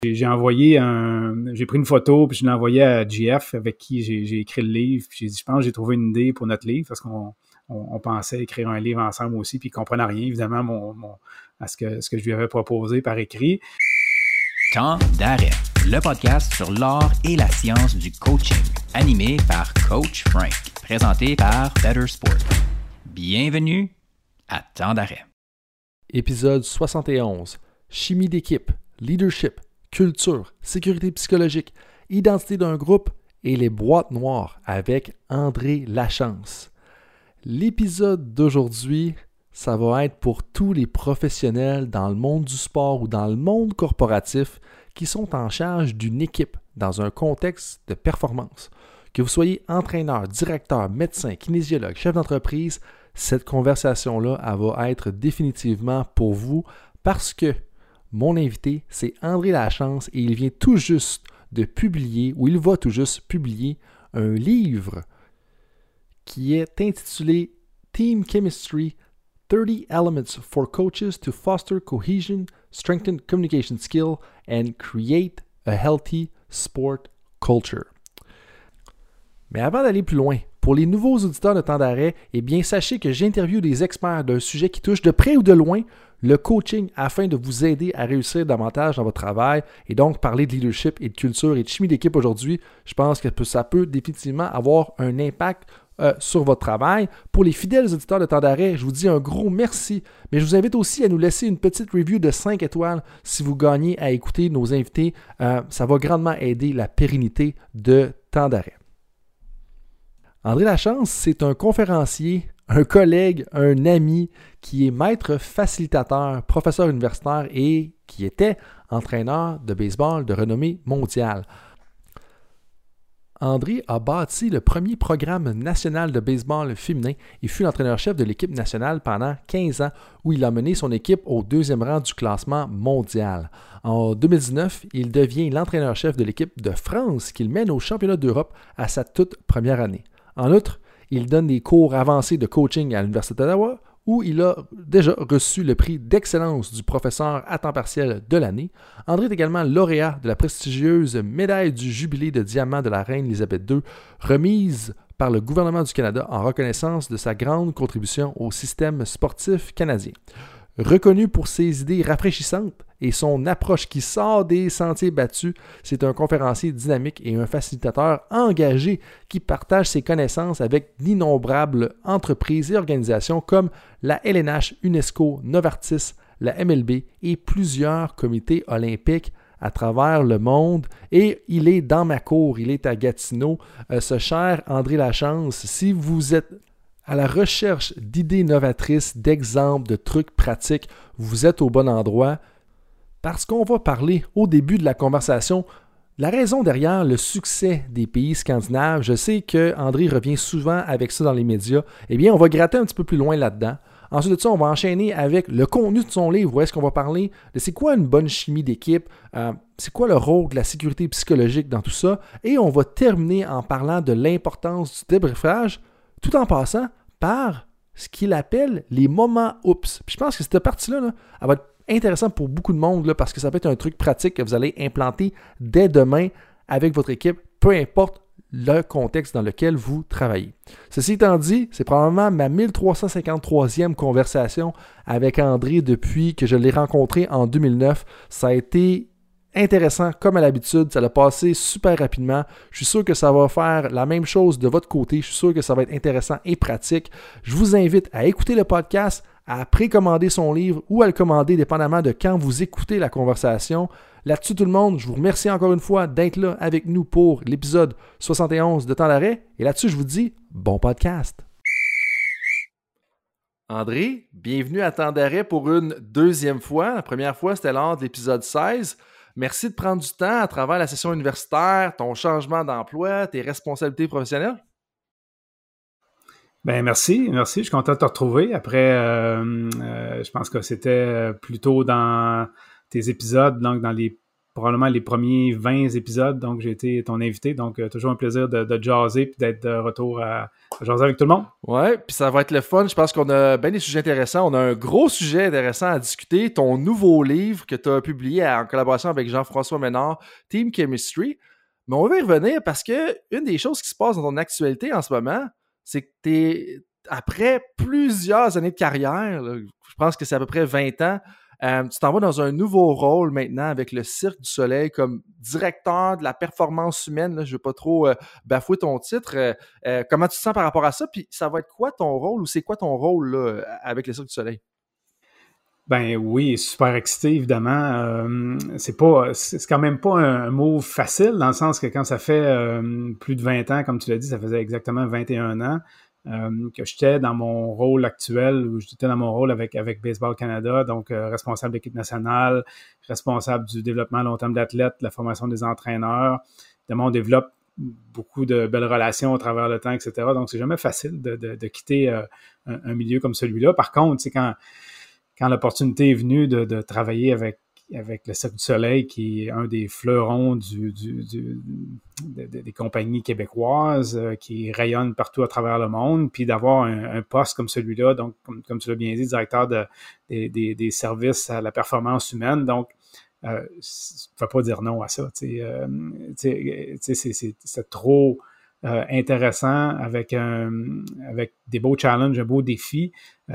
J'ai pris une photo, puis je l'ai envoyé à JF, avec qui j'ai écrit le livre. Puis j'ai dit, je pense que j'ai trouvé une idée pour notre livre, parce qu'on pensait écrire un livre ensemble aussi, puis il ne comprenait rien, évidemment, à ce que je lui avais proposé par écrit. Temps d'arrêt, le podcast sur l'art et la science du coaching, animé par Coach Frank, présenté par Better Sport. Bienvenue à Temps d'arrêt. Épisode 71. Chimie d'équipe, leadership, culture, sécurité psychologique, identité d'un groupe et les boîtes noires avec André Lachance. L'épisode d'aujourd'hui, ça va être pour tous les professionnels dans le monde du sport ou dans le monde corporatif qui sont en charge d'une équipe dans un contexte de performance. Que vous soyez entraîneur, directeur, médecin, kinésiologue, chef d'entreprise, cette conversation-là, elle va être définitivement pour vous parce que mon invité, c'est André Lachance et il vient tout juste de publier, ou il va tout juste publier, un livre qui est intitulé Team Chemistry, 30 Elements for Coaches to Foster Cohesion, Strengthen Communication Skill, and Create a Healthy Sport Culture. Mais avant d'aller plus loin, pour les nouveaux auditeurs de Temps d'arrêt, eh bien, sachez que j'interviewe des experts d'un sujet qui touche de près ou de loin le coaching afin de vous aider à réussir davantage dans votre travail et donc parler de leadership et de culture et de chimie d'équipe aujourd'hui. Je pense que ça peut définitivement avoir un impact sur votre travail. Pour les fidèles auditeurs de Temps d'arrêt, je vous dis un gros merci, mais je vous invite aussi à nous laisser une petite review de 5 étoiles si vous gagnez à écouter nos invités. Ça va grandement aider la pérennité de Temps d'arrêt. André Lachance, c'est un conférencier, un collègue, un ami qui est maître facilitateur, professeur universitaire et qui était entraîneur de baseball de renommée mondiale. André a bâti le premier programme national de baseball féminin et fut l'entraîneur-chef de l'équipe nationale pendant 15 ans où il a mené son équipe au 2e rang du classement mondial. En 2019, il devient l'entraîneur-chef de l'équipe de France qu'il mène au championnat d'Europe à sa toute première année. En outre, il donne des cours avancés de coaching à l'Université d'Ottawa où il a déjà reçu le prix d'excellence du professeur à temps partiel de l'année. André est également lauréat de la prestigieuse médaille du jubilé de diamant de la reine Élisabeth II, remise par le gouvernement du Canada en reconnaissance de sa grande contribution au système sportif canadien. Reconnu pour ses idées rafraîchissantes et son approche qui sort des sentiers battus, c'est un conférencier dynamique et un facilitateur engagé qui partage ses connaissances avec d'innombrables entreprises et organisations comme la LNH, UNESCO, Novartis, la MLB et plusieurs comités olympiques à travers le monde. Et il est dans ma cour, il est à Gatineau, ce cher André Lachance. Si vous êtes à la recherche d'idées novatrices, d'exemples, de trucs pratiques, vous êtes au bon endroit parce qu'on va parler au début de la conversation la raison derrière le succès des pays scandinaves. Je sais qu'André revient souvent avec ça dans les médias. Eh bien, on va gratter un petit peu plus loin là-dedans. Ensuite de ça, on va enchaîner avec le contenu de son livre, où est-ce qu'on va parler de c'est quoi une bonne chimie d'équipe, c'est quoi le rôle de la sécurité psychologique dans tout ça, et on va terminer en parlant de l'importance du débriefage, tout en passant par ce qu'il appelle les moments oups. Puis je pense que cette partie-là, elle va être intéressante pour beaucoup de monde là, parce que ça peut être un truc pratique que vous allez implanter dès demain avec votre équipe, peu importe le contexte dans lequel vous travaillez. Ceci étant dit, c'est probablement ma 1353e conversation avec André depuis que je l'ai rencontré en 2009. Ça a été intéressant comme à l'habitude, ça l'a passé super rapidement. Je suis sûr que ça va faire la même chose de votre côté. Je suis sûr que ça va être intéressant et pratique. Je vous invite à écouter le podcast, à précommander son livre ou à le commander dépendamment de quand vous écoutez la conversation. Là-dessus tout le monde, je vous remercie encore une fois d'être là avec nous pour l'épisode 71 de Temps d'arrêt. Et là-dessus, je vous dis bon podcast. André, bienvenue à Temps d'arrêt pour une deuxième fois. La première fois, c'était lors de l'épisode 16. Merci de prendre du temps à travers la session universitaire, ton changement d'emploi, tes responsabilités professionnelles. Ben merci. Je suis content de te retrouver. Après, je pense que c'était plutôt dans tes épisodes, donc dans les probablement les premiers 20 épisodes. Donc, j'ai été ton invité. Donc, toujours un plaisir de jaser puis d'être de retour à jaser avec tout le monde. Ouais, puis ça va être le fun. Je pense qu'on a bien des sujets intéressants. On a un gros sujet intéressant à discuter. Ton nouveau livre que tu as publié en collaboration avec Jean-François Ménard, Team Chemistry. Mais on va y revenir parce que une des choses qui se passe dans ton actualité en ce moment, c'est que tu es, après plusieurs années de carrière, là, je pense que c'est à peu près 20 ans, tu t'en vas dans un nouveau rôle maintenant avec le Cirque du Soleil comme directeur de la performance humaine. Là, je ne veux pas trop bafouer ton titre. Comment tu te sens par rapport à ça? Puis ça va être quoi ton rôle ou c'est quoi ton rôle là, avec le Cirque du Soleil? Ben oui, super excité, évidemment. C'est quand même pas un move facile, dans le sens que quand ça fait plus de 20 ans, comme tu l'as dit, ça faisait exactement 21 ans, que j'étais dans mon rôle actuel, où j'étais dans mon rôle avec Baseball Canada, donc responsable de l'équipe nationale, responsable du développement à long terme d'athlètes, de la formation des entraîneurs. Évidemment, on développe beaucoup de belles relations à travers le temps, etc. Donc, c'est jamais facile de quitter un milieu comme celui-là. Par contre, c'est quand l'opportunité est venue de travailler avec le Cirque du Soleil, qui est un des fleurons des compagnies québécoises, qui rayonnent partout à travers le monde, puis d'avoir un poste comme celui-là, donc comme tu l'as bien dit, directeur des services à la performance humaine, donc tu ne peux pas dire non à ça. C'est trop intéressant avec des beaux challenges, un beau défi,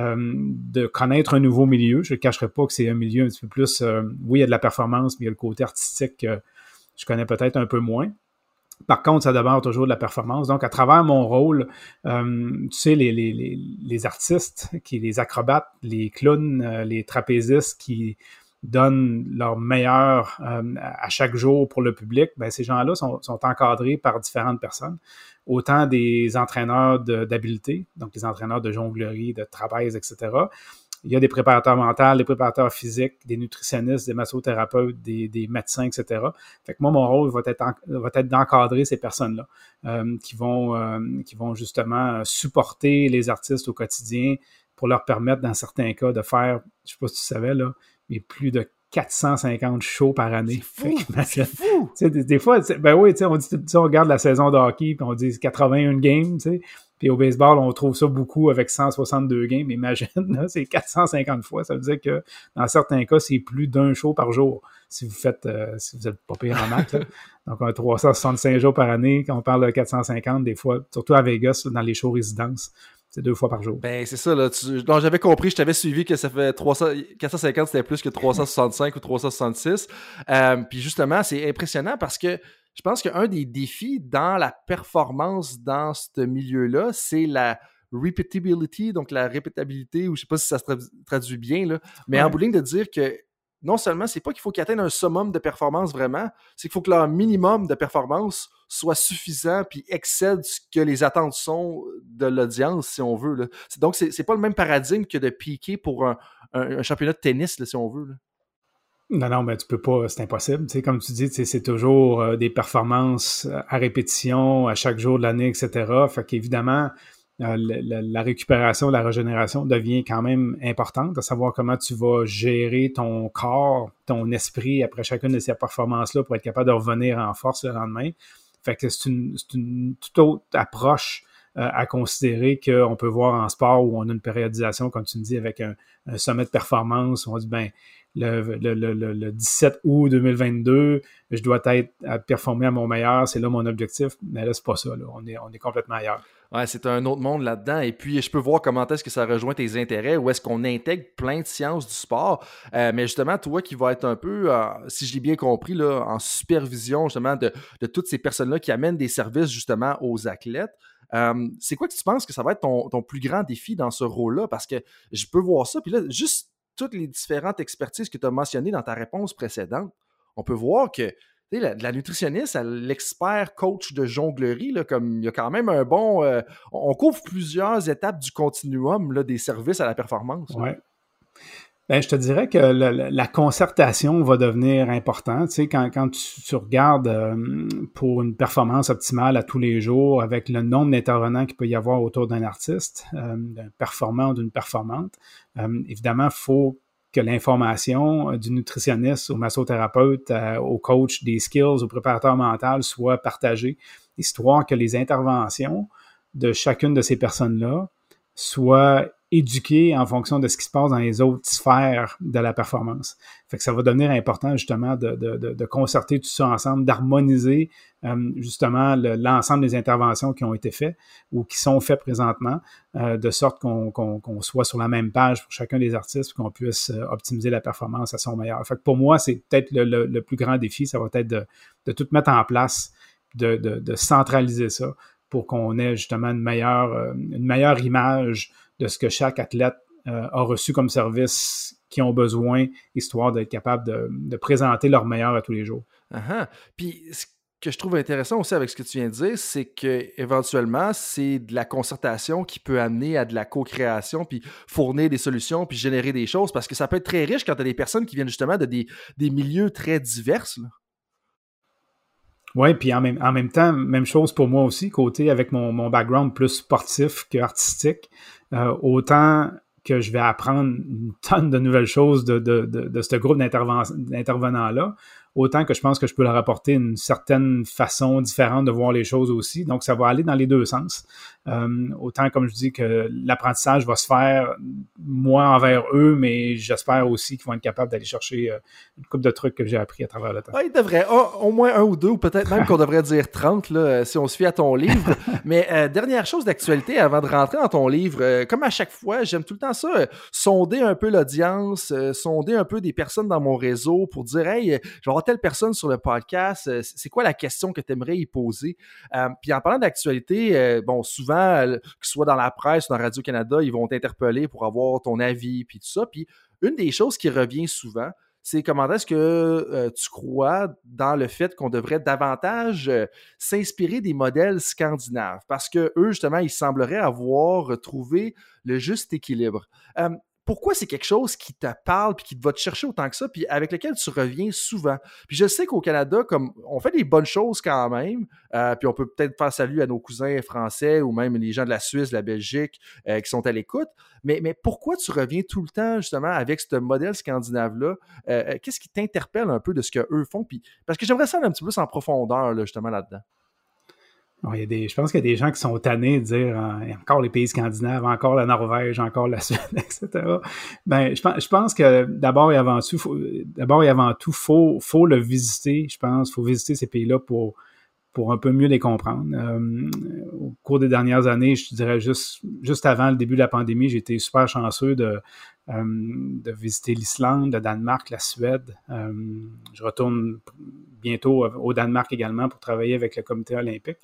de connaître un nouveau milieu. Je ne cacherai pas que c'est un milieu un petit peu plus, oui, il y a de la performance, mais il y a le côté artistique que je connais peut-être un peu moins. Par contre, ça demeure toujours de la performance. Donc, à travers mon rôle, tu sais, les artistes, les acrobates, les clowns, les trapézistes qui donnent leur meilleur à chaque jour pour le public, ben ces gens-là sont encadrés par différentes personnes. Autant des entraîneurs d'habileté, donc des entraîneurs de jonglerie, de trapèze, etc. Il y a des préparateurs mentaux, des préparateurs physiques, des nutritionnistes, des massothérapeutes, des médecins, etc. Fait que moi, mon rôle va être d'encadrer ces personnes-là qui vont justement supporter les artistes au quotidien pour leur permettre, dans certains cas, de faire, je ne sais pas si tu savais, là, mais plus de 450 shows par année. C'est fou! Des fois, ben oui, on regarde la saison de hockey puis on dit 81 games, tu sais. Puis au baseball, on trouve ça beaucoup avec 162 games. Imagine, là, c'est 450 fois. Ça veut dire que dans certains cas, c'est plus d'un show par jour. Si vous êtes pas pire en maths, là. Donc, on a 365 jours par année. Quand on parle de 450, des fois, surtout à Vegas, là, dans les shows résidences, c'est 2 fois par jour. Ben, c'est ça, là. Non, j'avais compris, je t'avais suivi que ça fait 450, c'était plus que 365 ou 366. Puis justement, c'est impressionnant parce que je pense qu'un des défis dans la performance dans ce milieu-là, c'est la repeatability, donc la répétabilité, ou je sais pas si ça se traduit bien, là, mais en bout de ligne de dire que non seulement, c'est pas qu'il faut qu'ils atteignent un summum de performance vraiment, c'est qu'il faut que leur minimum de performance soit suffisant puis excède ce que les attentes sont de l'audience, si on veut. Là. Donc, c'est pas le même paradigme que de piquer pour un championnat de tennis, là, si on veut. Là. Non, ben tu peux pas, c'est impossible. T'sais, comme tu dis, c'est toujours des performances à répétition, à chaque jour de l'année, etc. Fait qu'évidemment, la récupération, la régénération devient quand même importante, de savoir comment tu vas gérer ton corps, ton esprit après chacune de ces performances-là pour être capable de revenir en force le lendemain. Fait que c'est une toute autre approche à considérer qu'on peut voir en sport où on a une périodisation, comme tu me dis, avec un sommet de performance, où on dit, ben, le 17 août 2022, je dois être à performer à mon meilleur, c'est là mon objectif. Mais là, c'est pas ça. Là. On est complètement ailleurs. Ouais, c'est un autre monde là-dedans. Et puis, je peux voir comment est-ce que ça rejoint tes intérêts, ou est-ce qu'on intègre plein de sciences du sport. Mais justement, toi qui vas être un peu, si je l'ai bien compris, là, en supervision justement de toutes ces personnes-là qui amènent des services justement aux athlètes, c'est quoi que tu penses que ça va être ton plus grand défi dans ce rôle-là? Parce que je peux voir ça. Puis là, juste toutes les différentes expertises que tu as mentionnées dans ta réponse précédente, on peut voir que de la nutritionniste à l'expert coach de jonglerie, là, comme il y a quand même un bon... on couvre plusieurs étapes du continuum là, des services à la performance. Oui. Ben, je te dirais que la concertation va devenir importante. Tu sais, quand tu regardes pour une performance optimale à tous les jours, avec le nombre d'intervenants qu'il peut y avoir autour d'un artiste, d'un performant ou d'une performante, évidemment, il faut que l'information du nutritionniste au massothérapeute, au coach des skills, au préparateur mental soit partagée, histoire que les interventions de chacune de ces personnes-là soient éduquées en fonction de ce qui se passe dans les autres sphères de la performance. Fait que ça va devenir important justement de concerter tout ça ensemble, d'harmoniser justement l'ensemble des interventions qui ont été faites ou qui sont faites présentement, de sorte qu'on soit sur la même page pour chacun des artistes et qu'on puisse optimiser la performance à son meilleur. Fait que pour moi, c'est peut-être le plus grand défi, ça va être de tout mettre en place, de centraliser ça pour qu'on ait justement une meilleure image de ce que chaque athlète a reçu comme service qu'ils ont besoin, histoire d'être capable de présenter leur meilleur à tous les jours. Uh-huh. Puis ce que je trouve intéressant aussi avec ce que tu viens de dire, c'est qu'éventuellement, c'est de la concertation qui peut amener à de la co-création, puis fournir des solutions, puis générer des choses, parce que ça peut être très riche quand tu as des personnes qui viennent justement de des milieux très divers. Oui, puis en même temps, même chose pour moi aussi, côté avec mon background plus sportif qu'artistique, autant que je vais apprendre une tonne de nouvelles choses de ce groupe d'intervenants-là, autant que je pense que je peux leur apporter une certaine façon différente de voir les choses aussi. Donc, ça va aller dans les deux sens. Autant, comme je dis, que l'apprentissage va se faire, moi, envers eux, mais j'espère aussi qu'ils vont être capables d'aller chercher une couple de trucs que j'ai appris à travers le temps. Il devrait, au moins un ou deux, ou peut-être même qu'on devrait dire 30, là, si on se fie à ton livre. Mais dernière chose d'actualité, avant de rentrer dans ton livre, comme à chaque fois, j'aime tout le temps ça, sonder un peu l'audience, sonder un peu des personnes dans mon réseau pour dire « Hey, je vais avoir telle personne sur le podcast, c'est quoi la question que tu aimerais y poser? » Puis en parlant d'actualité, bon, souvent, que ce soit dans la presse ou dans Radio-Canada, ils vont t'interpeller pour avoir ton avis, puis tout ça. Puis une des choses qui revient souvent, c'est comment est-ce que tu crois dans le fait qu'on devrait davantage s'inspirer des modèles scandinaves? Parce que eux, justement, ils sembleraient avoir trouvé le juste équilibre. Pourquoi c'est quelque chose qui te parle puis qui va te chercher autant que ça puis avec lequel tu reviens souvent? Puis je sais qu'au Canada, comme on fait des bonnes choses quand même, puis on peut peut-être faire salut à nos cousins français ou même les gens de la Suisse, de la Belgique qui sont à l'écoute, mais pourquoi tu reviens tout le temps justement avec ce modèle scandinave-là? Qu'est-ce qui t'interpelle un peu de ce qu'eux font? Puis, parce que j'aimerais ça aller un petit peu plus en profondeur là, justement là-dedans. Bon, je pense qu'il y a des gens qui sont tannés de dire encore les pays scandinaves, encore la Norvège, encore la Suède, etc. Ben, je pense que d'abord et avant tout, faut le visiter. Je pense, faut visiter ces pays-là pour un peu mieux les comprendre. Au cours des dernières années, je dirais juste avant le début de la pandémie, j'ai été super chanceux de visiter l'Islande, le Danemark, la Suède. Je retourne bientôt au Danemark également pour travailler avec le comité olympique.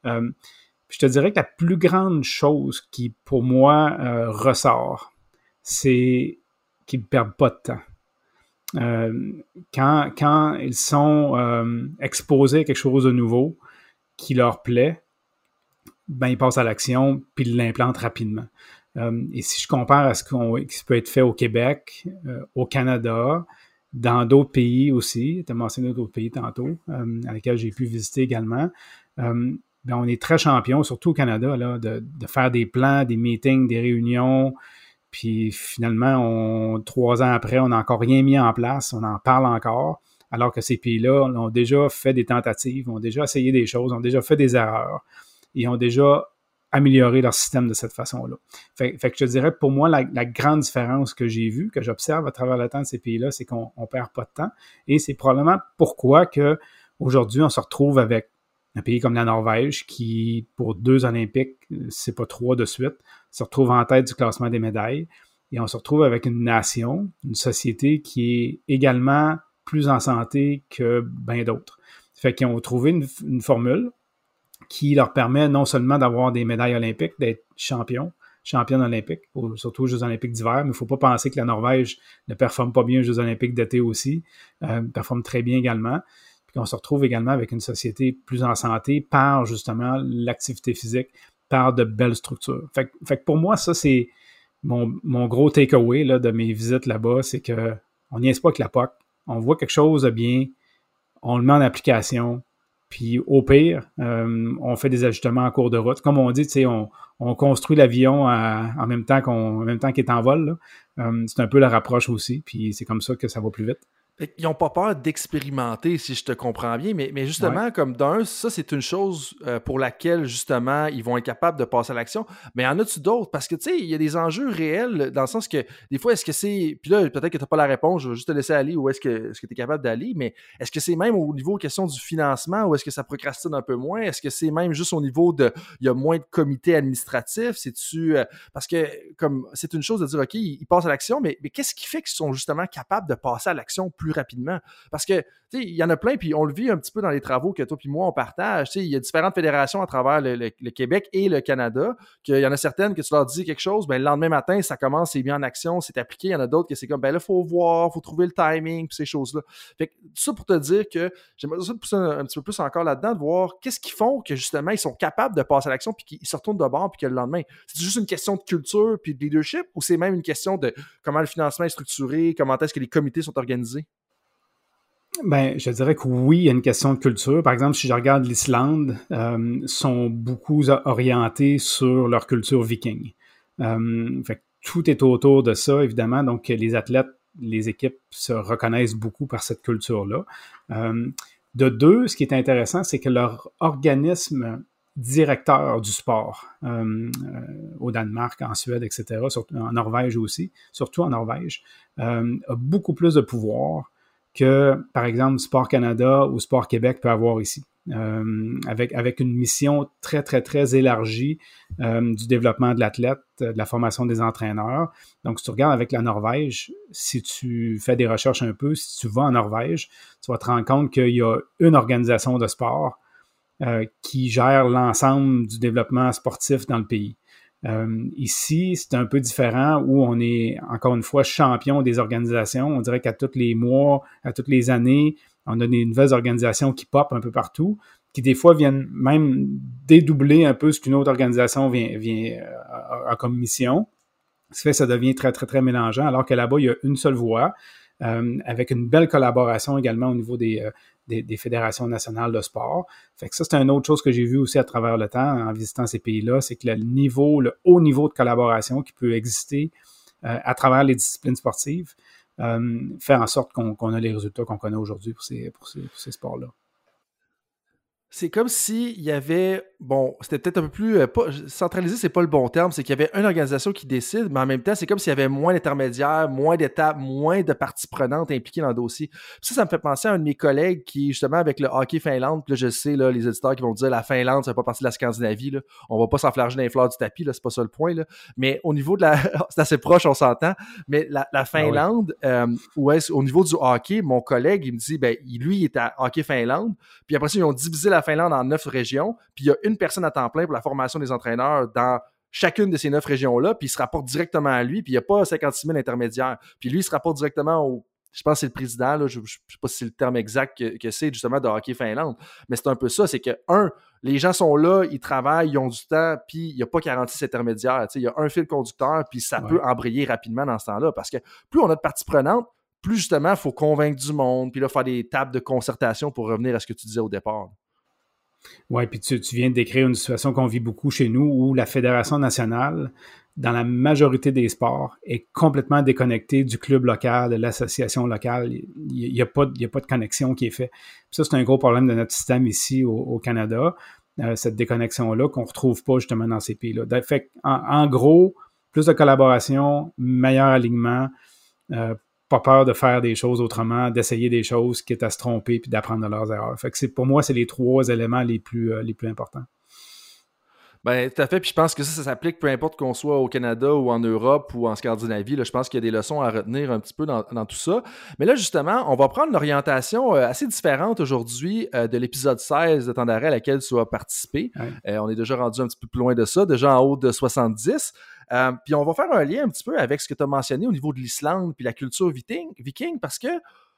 Je te dirais que la plus grande chose qui, pour moi, ressort, c'est qu'ils ne perdent pas de temps. Quand ils sont exposés à quelque chose de nouveau qui leur plaît, ben ils passent à l'action puis ils l'implantent rapidement. Et si je compare à ce qui peut être fait au Québec, au Canada, dans d'autres pays aussi, tu as mentionné d'autres pays tantôt, à lesquels j'ai pu visiter également, ben on est très champions, surtout au Canada, là, de faire des plans, des meetings, des réunions, puis finalement, 3 ans après, on n'a encore rien mis en place, on en parle encore, alors que ces pays-là ont déjà fait des tentatives, ont déjà essayé des choses, ont déjà fait des erreurs, et ont déjà amélioré leur système de cette façon-là. Fait que je te dirais, pour moi, la grande différence que j'ai vue, que j'observe à travers le temps de ces pays-là, c'est qu'on ne perd pas de temps, et c'est probablement pourquoi qu'aujourd'hui, on se retrouve avec un pays comme la Norvège qui, pour 2 Olympiques, c'est pas 3 de suite, se retrouve en tête du classement des médailles. Et on se retrouve avec une nation, une société qui est également plus en santé que bien d'autres. Fait qu'ils ont trouvé une formule qui leur permet non seulement d'avoir des médailles olympiques, d'être championne olympique, surtout aux Jeux olympiques d'hiver, mais il ne faut pas penser que la Norvège ne performe pas bien aux Jeux olympiques d'été aussi, performe très bien également. Puis qu'on se retrouve également avec une société plus en santé par justement l'activité physique, par de belles structures. Fait que pour moi, ça, c'est mon gros takeaway là, de mes visites là-bas, c'est qu'on niaise pas avec la POC. On voit quelque chose de bien, on le met en application, Puis au pire, on fait des ajustements en cours de route. Comme on dit, on construit l'avion en même temps qu'il est en vol. Là. C'est un peu leur approche aussi, puis c'est comme ça que ça va plus vite. Ils n'ont pas peur d'expérimenter, si je te comprends bien, mais justement, comme d'un, ça, c'est une chose pour laquelle, justement, ils vont être capables de passer à l'action. Mais en as-tu d'autres? Parce que, tu sais, il y a des enjeux réels dans le sens que, des fois, est-ce que c'est... Puis là, peut-être que tu n'as pas la réponse, je vais juste te laisser aller où est-ce que tu es capable d'aller, mais est-ce que c'est même au niveau question du financement ou est-ce que ça procrastine un peu moins? Est-ce que c'est même juste au niveau de... Il y a moins de comités administratifs? C'est-tu... parce que, comme, c'est une chose de dire, OK, ils passent à l'action, mais qu'est-ce qui fait qu'ils sont justement capables de passer à l'action plus rapidement? Parce que, tu sais, il y en a plein, puis on le vit un petit peu dans les travaux que toi puis moi, on partage. Tu sais, il y a différentes fédérations à travers le Québec et le Canada, qu'il y en a certaines que tu leur dis quelque chose, ben le lendemain matin, ça commence, c'est mis en action, c'est appliqué. Il y en a d'autres que c'est comme, ben là, il faut voir, il faut trouver le timing, puis ces choses-là. Fait que ça pour te dire que j'aimerais ça pousser un petit peu plus encore là-dedans, de voir qu'est-ce qu'ils font que, justement, ils sont capables de passer à l'action, puis qu'ils se retournent de bord, puis que le lendemain, c'est juste une question de culture puis de leadership, ou c'est même une question de comment le financement est structuré, comment est-ce que les comités sont organisés? Ben, je dirais que oui, il y a une question de culture. Par exemple, si je regarde l'Islande, sont beaucoup orientés sur leur culture viking. Fait que tout est autour de ça, évidemment. Donc, les athlètes, les équipes se reconnaissent beaucoup par cette culture-là. De deux, ce qui est intéressant, c'est que leur organisme directeur du sport, au Danemark, en Suède, etc., surtout en Norvège aussi, surtout en Norvège, a beaucoup plus de pouvoir que, par exemple, Sport Canada ou Sport Québec peut avoir ici, avec une mission très, très, très élargie du développement de l'athlète, de la formation des entraîneurs. Donc, si tu regardes avec la Norvège, si tu fais des recherches un peu, si tu vas en Norvège, tu vas te rendre compte qu'il y a une organisation de sport qui gère l'ensemble du développement sportif dans le pays. Ici, c'est un peu différent où on est, encore une fois, champion des organisations. On dirait qu'à tous les mois, à toutes les années, on a des nouvelles organisations qui popent un peu partout, qui des fois viennent même dédoubler un peu ce qu'une autre organisation a comme mission. Ce qui fait que ça devient très, très, très mélangeant, alors que là-bas, il y a une seule voix, avec une belle collaboration également au niveau des fédérations nationales de sport. Fait que ça, c'est une autre chose que j'ai vu aussi à travers le temps en visitant ces pays-là, c'est que le haut niveau de collaboration qui peut exister à travers les disciplines sportives fait en sorte qu'on a les résultats qu'on connaît aujourd'hui pour ces sports-là. C'est comme s'il y avait, bon, c'était peut-être un peu plus, centralisé, c'est pas le bon terme, c'est qu'il y avait une organisation qui décide, mais en même temps, c'est comme s'il y avait moins d'intermédiaires, moins d'étapes, moins de parties prenantes impliquées dans le dossier. Puis ça me fait penser à un de mes collègues qui, justement, avec le hockey Finlande, puis là, je sais, là, les éditeurs qui vont dire la Finlande, ça fait pas partie de la Scandinavie, là. On va pas s'enflarger dans les fleurs du tapis, là, c'est pas ça le point, là. Mais au niveau de c'est assez proche, on s'entend, mais la Finlande, au niveau du hockey, mon collègue, il me dit, ben, lui, il est à hockey Finlande, puis après ça, ils ont divisé la Finlande en 9 régions, puis il y a une personne à temps plein pour la formation des entraîneurs dans chacune de ces 9 régions-là, puis il se rapporte directement à lui, puis il n'y a pas 56 000 intermédiaires. Puis lui, il se rapporte directement au, je pense que c'est le président, là, je ne sais pas si c'est le terme exact que c'est justement de Hockey Finlande, mais c'est un peu ça, c'est que, les gens sont là, ils travaillent, ils ont du temps, puis il n'y a pas 46 intermédiaires. Il y a un fil conducteur, puis ça peut embrayer rapidement dans ce temps-là, parce que plus on a de parties prenantes, plus justement, il faut convaincre du monde, puis là, faire des tables de concertation pour revenir à ce que tu disais au départ. Oui, puis tu viens de décrire une situation qu'on vit beaucoup chez nous où la Fédération nationale, dans la majorité des sports, est complètement déconnectée du club local, de l'association locale. Il n'y a pas de connexion qui est faite. Puis ça, c'est un gros problème de notre système ici au Canada, cette déconnexion-là qu'on ne retrouve pas justement dans ces pays-là. Fait en gros, plus de collaboration, meilleur alignement, pas peur de faire des choses autrement, d'essayer des choses, quitte à se tromper puis d'apprendre de leurs erreurs. Fait que pour moi, c'est les 3 éléments les plus importants. Ben, tout à fait. Puis je pense que ça s'applique peu importe qu'on soit au Canada ou en Europe ou en Scandinavie. Là, je pense qu'il y a des leçons à retenir un petit peu dans tout ça. Mais là, justement, on va prendre une orientation assez différente aujourd'hui de l'épisode 16 de Temps d'arrêt à laquelle tu as participé. Ouais. On est déjà rendu un petit peu plus loin de ça, déjà en haut de 70. Puis on va faire un lien un petit peu avec ce que tu as mentionné au niveau de l'Islande puis la culture viking parce que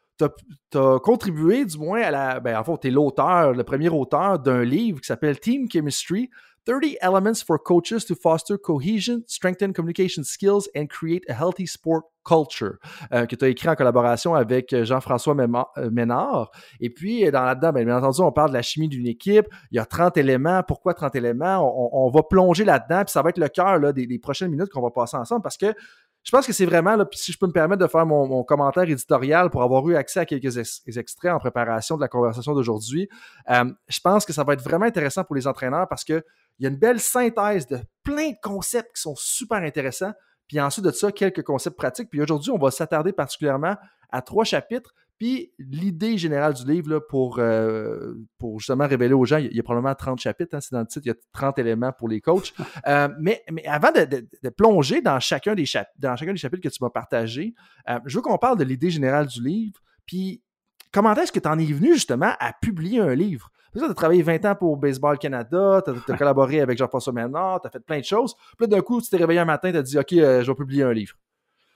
tu as contribué du moins à en fait, tu es l'auteur, le premier auteur d'un livre qui s'appelle Team Chemistry, 30 elements for coaches to foster cohesion, strengthen communication skills and create a healthy sport culture, que tu as écrit en collaboration avec Jean-François Ménard. Et puis, là-dedans, bien entendu, on parle de la chimie d'une équipe. Il y a 30 éléments. Pourquoi 30 éléments? On va plonger là-dedans, puis ça va être le cœur là, des prochaines minutes qu'on va passer ensemble, parce que je pense que c'est vraiment, là, puis si je peux me permettre de faire mon commentaire éditorial pour avoir eu accès à quelques extraits en préparation de la conversation d'aujourd'hui, je pense que ça va être vraiment intéressant pour les entraîneurs parce qu'il y a une belle synthèse de plein de concepts qui sont super intéressants. Puis ensuite de ça, quelques concepts pratiques. Puis aujourd'hui, on va s'attarder particulièrement à 3 chapitres. Puis l'idée générale du livre, là, pour justement révéler aux gens, il y a probablement 30 chapitres, hein, c'est dans le titre, il y a 30 éléments pour les coachs. Mais avant de plonger dans chacun des chapitres que tu m'as partagés, je veux qu'on parle de l'idée générale du livre. Puis comment est-ce que tu en es venu justement à publier un livre? Tu as travaillé 20 ans pour Baseball Canada, tu as collaboré avec Jean-François Ménard, tu as fait plein de choses. Puis là, d'un coup, tu t'es réveillé un matin, tu as dit « OK, je vais publier un livre ».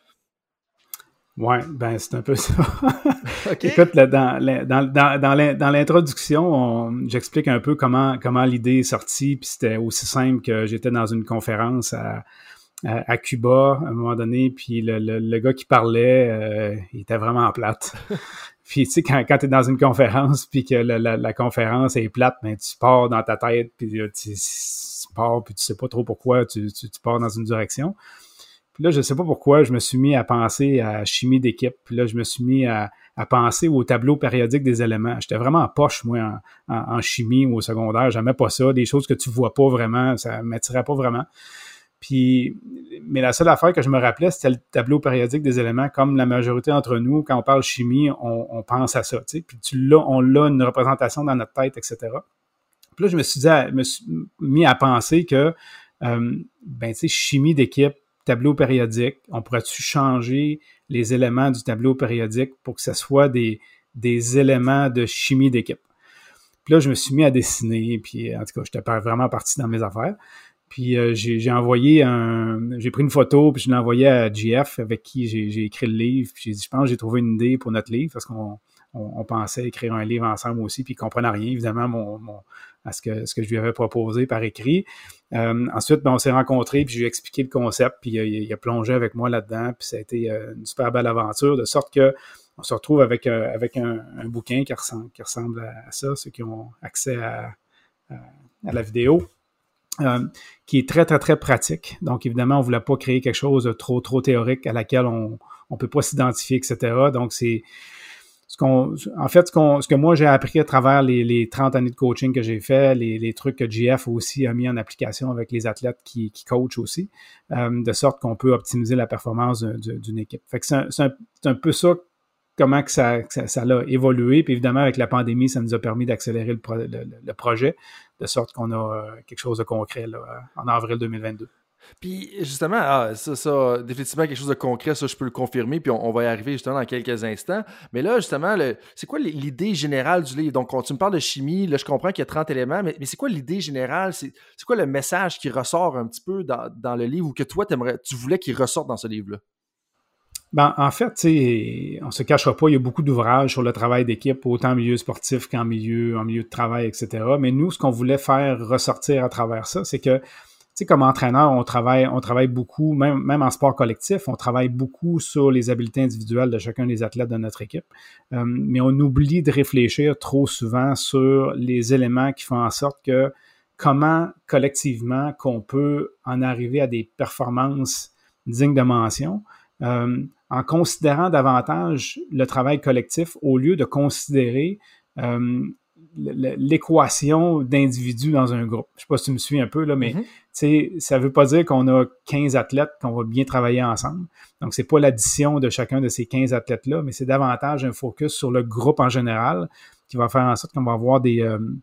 Oui, ben c'est un peu ça. Okay. Écoute, là, dans l'introduction, j'explique un peu comment l'idée est sortie, puis c'était aussi simple que j'étais dans une conférence à Cuba à un moment donné, puis le gars qui parlait, il était vraiment plate. Puis tu sais, quand tu es dans une conférence, puis que la conférence est plate, ben tu pars dans ta tête, puis tu pars, puis tu sais pas trop pourquoi tu pars dans une direction. Puis là, je sais pas pourquoi, je me suis mis à penser à chimie d'équipe. Puis là, je me suis mis à penser au tableau périodique des éléments. J'étais vraiment en poche, moi, en chimie ou au secondaire. J'aimais pas ça. Des choses que tu vois pas vraiment, ça m'attirait pas vraiment. Mais la seule affaire que je me rappelais, c'était le tableau périodique des éléments. Comme la majorité d'entre nous, quand on parle chimie, on pense à ça, tu sais. Puis on l'a une représentation dans notre tête, etc. Puis là, je me suis mis à penser que, tu sais, chimie d'équipe, tableau périodique, on pourrait-tu changer les éléments du tableau périodique pour que ce soit des éléments de chimie d'équipe? Puis là, je me suis mis à dessiner, puis en tout cas, j'étais vraiment parti dans mes affaires. Puis j'ai pris une photo, puis je l'ai envoyé à GF avec qui j'ai écrit le livre. Puis j'ai dit, je pense que j'ai trouvé une idée pour notre livre, parce qu'on pensait écrire un livre ensemble aussi, puis il ne comprenait rien, évidemment, à ce que je lui avais proposé par écrit. Ensuite, on s'est rencontrés, puis je lui ai expliqué le concept, puis il a plongé avec moi là-dedans, puis ça a été une super belle aventure, de sorte que on se retrouve avec un bouquin qui ressemble à ça, ceux qui ont accès à la vidéo. Qui est très, très, très pratique. Donc, évidemment, on ne voulait pas créer quelque chose de trop, trop théorique à laquelle on ne peut pas s'identifier, etc. Donc, c'est ce que moi, j'ai appris à travers les 30 années de coaching que j'ai fait, les trucs que GF aussi a mis en application avec les athlètes qui coachent aussi, de sorte qu'on peut optimiser la performance d'une équipe. Fait que c'est un peu ça, comment que ça a évolué. Puis évidemment, avec la pandémie, ça nous a permis d'accélérer le projet, de sorte qu'on a quelque chose de concret là, en avril 2022. Puis justement, ça, définitivement quelque chose de concret, ça je peux le confirmer, puis on va y arriver justement dans quelques instants. Mais là, justement, c'est quoi l'idée générale du livre? Donc, tu me parles de chimie, là je comprends qu'il y a 30 éléments, mais c'est quoi l'idée générale? C'est quoi le message qui ressort un petit peu dans le livre ou que toi, tu voulais qu'il ressorte dans ce livre-là? Ben, en fait, on se cachera pas, il y a beaucoup d'ouvrages sur le travail d'équipe, autant en milieu sportif qu'en milieu de travail, etc. Mais nous, ce qu'on voulait faire ressortir à travers ça, c'est que, tu sais, comme entraîneur, on travaille beaucoup, même en sport collectif, on travaille beaucoup sur les habiletés individuelles de chacun des athlètes de notre équipe. Mais on oublie de réfléchir trop souvent sur les éléments qui font en sorte que comment, collectivement, qu'on peut en arriver à des performances dignes de mention, en considérant davantage le travail collectif au lieu de considérer l'équation d'individus dans un groupe. Je ne sais pas si tu me suis un peu, là, mais ça ne veut pas dire qu'on a 15 athlètes qu'on va bien travailler ensemble. Donc, ce n'est pas l'addition de chacun de ces 15 athlètes-là, mais c'est davantage un focus sur le groupe en général qui va faire en sorte qu'on va avoir des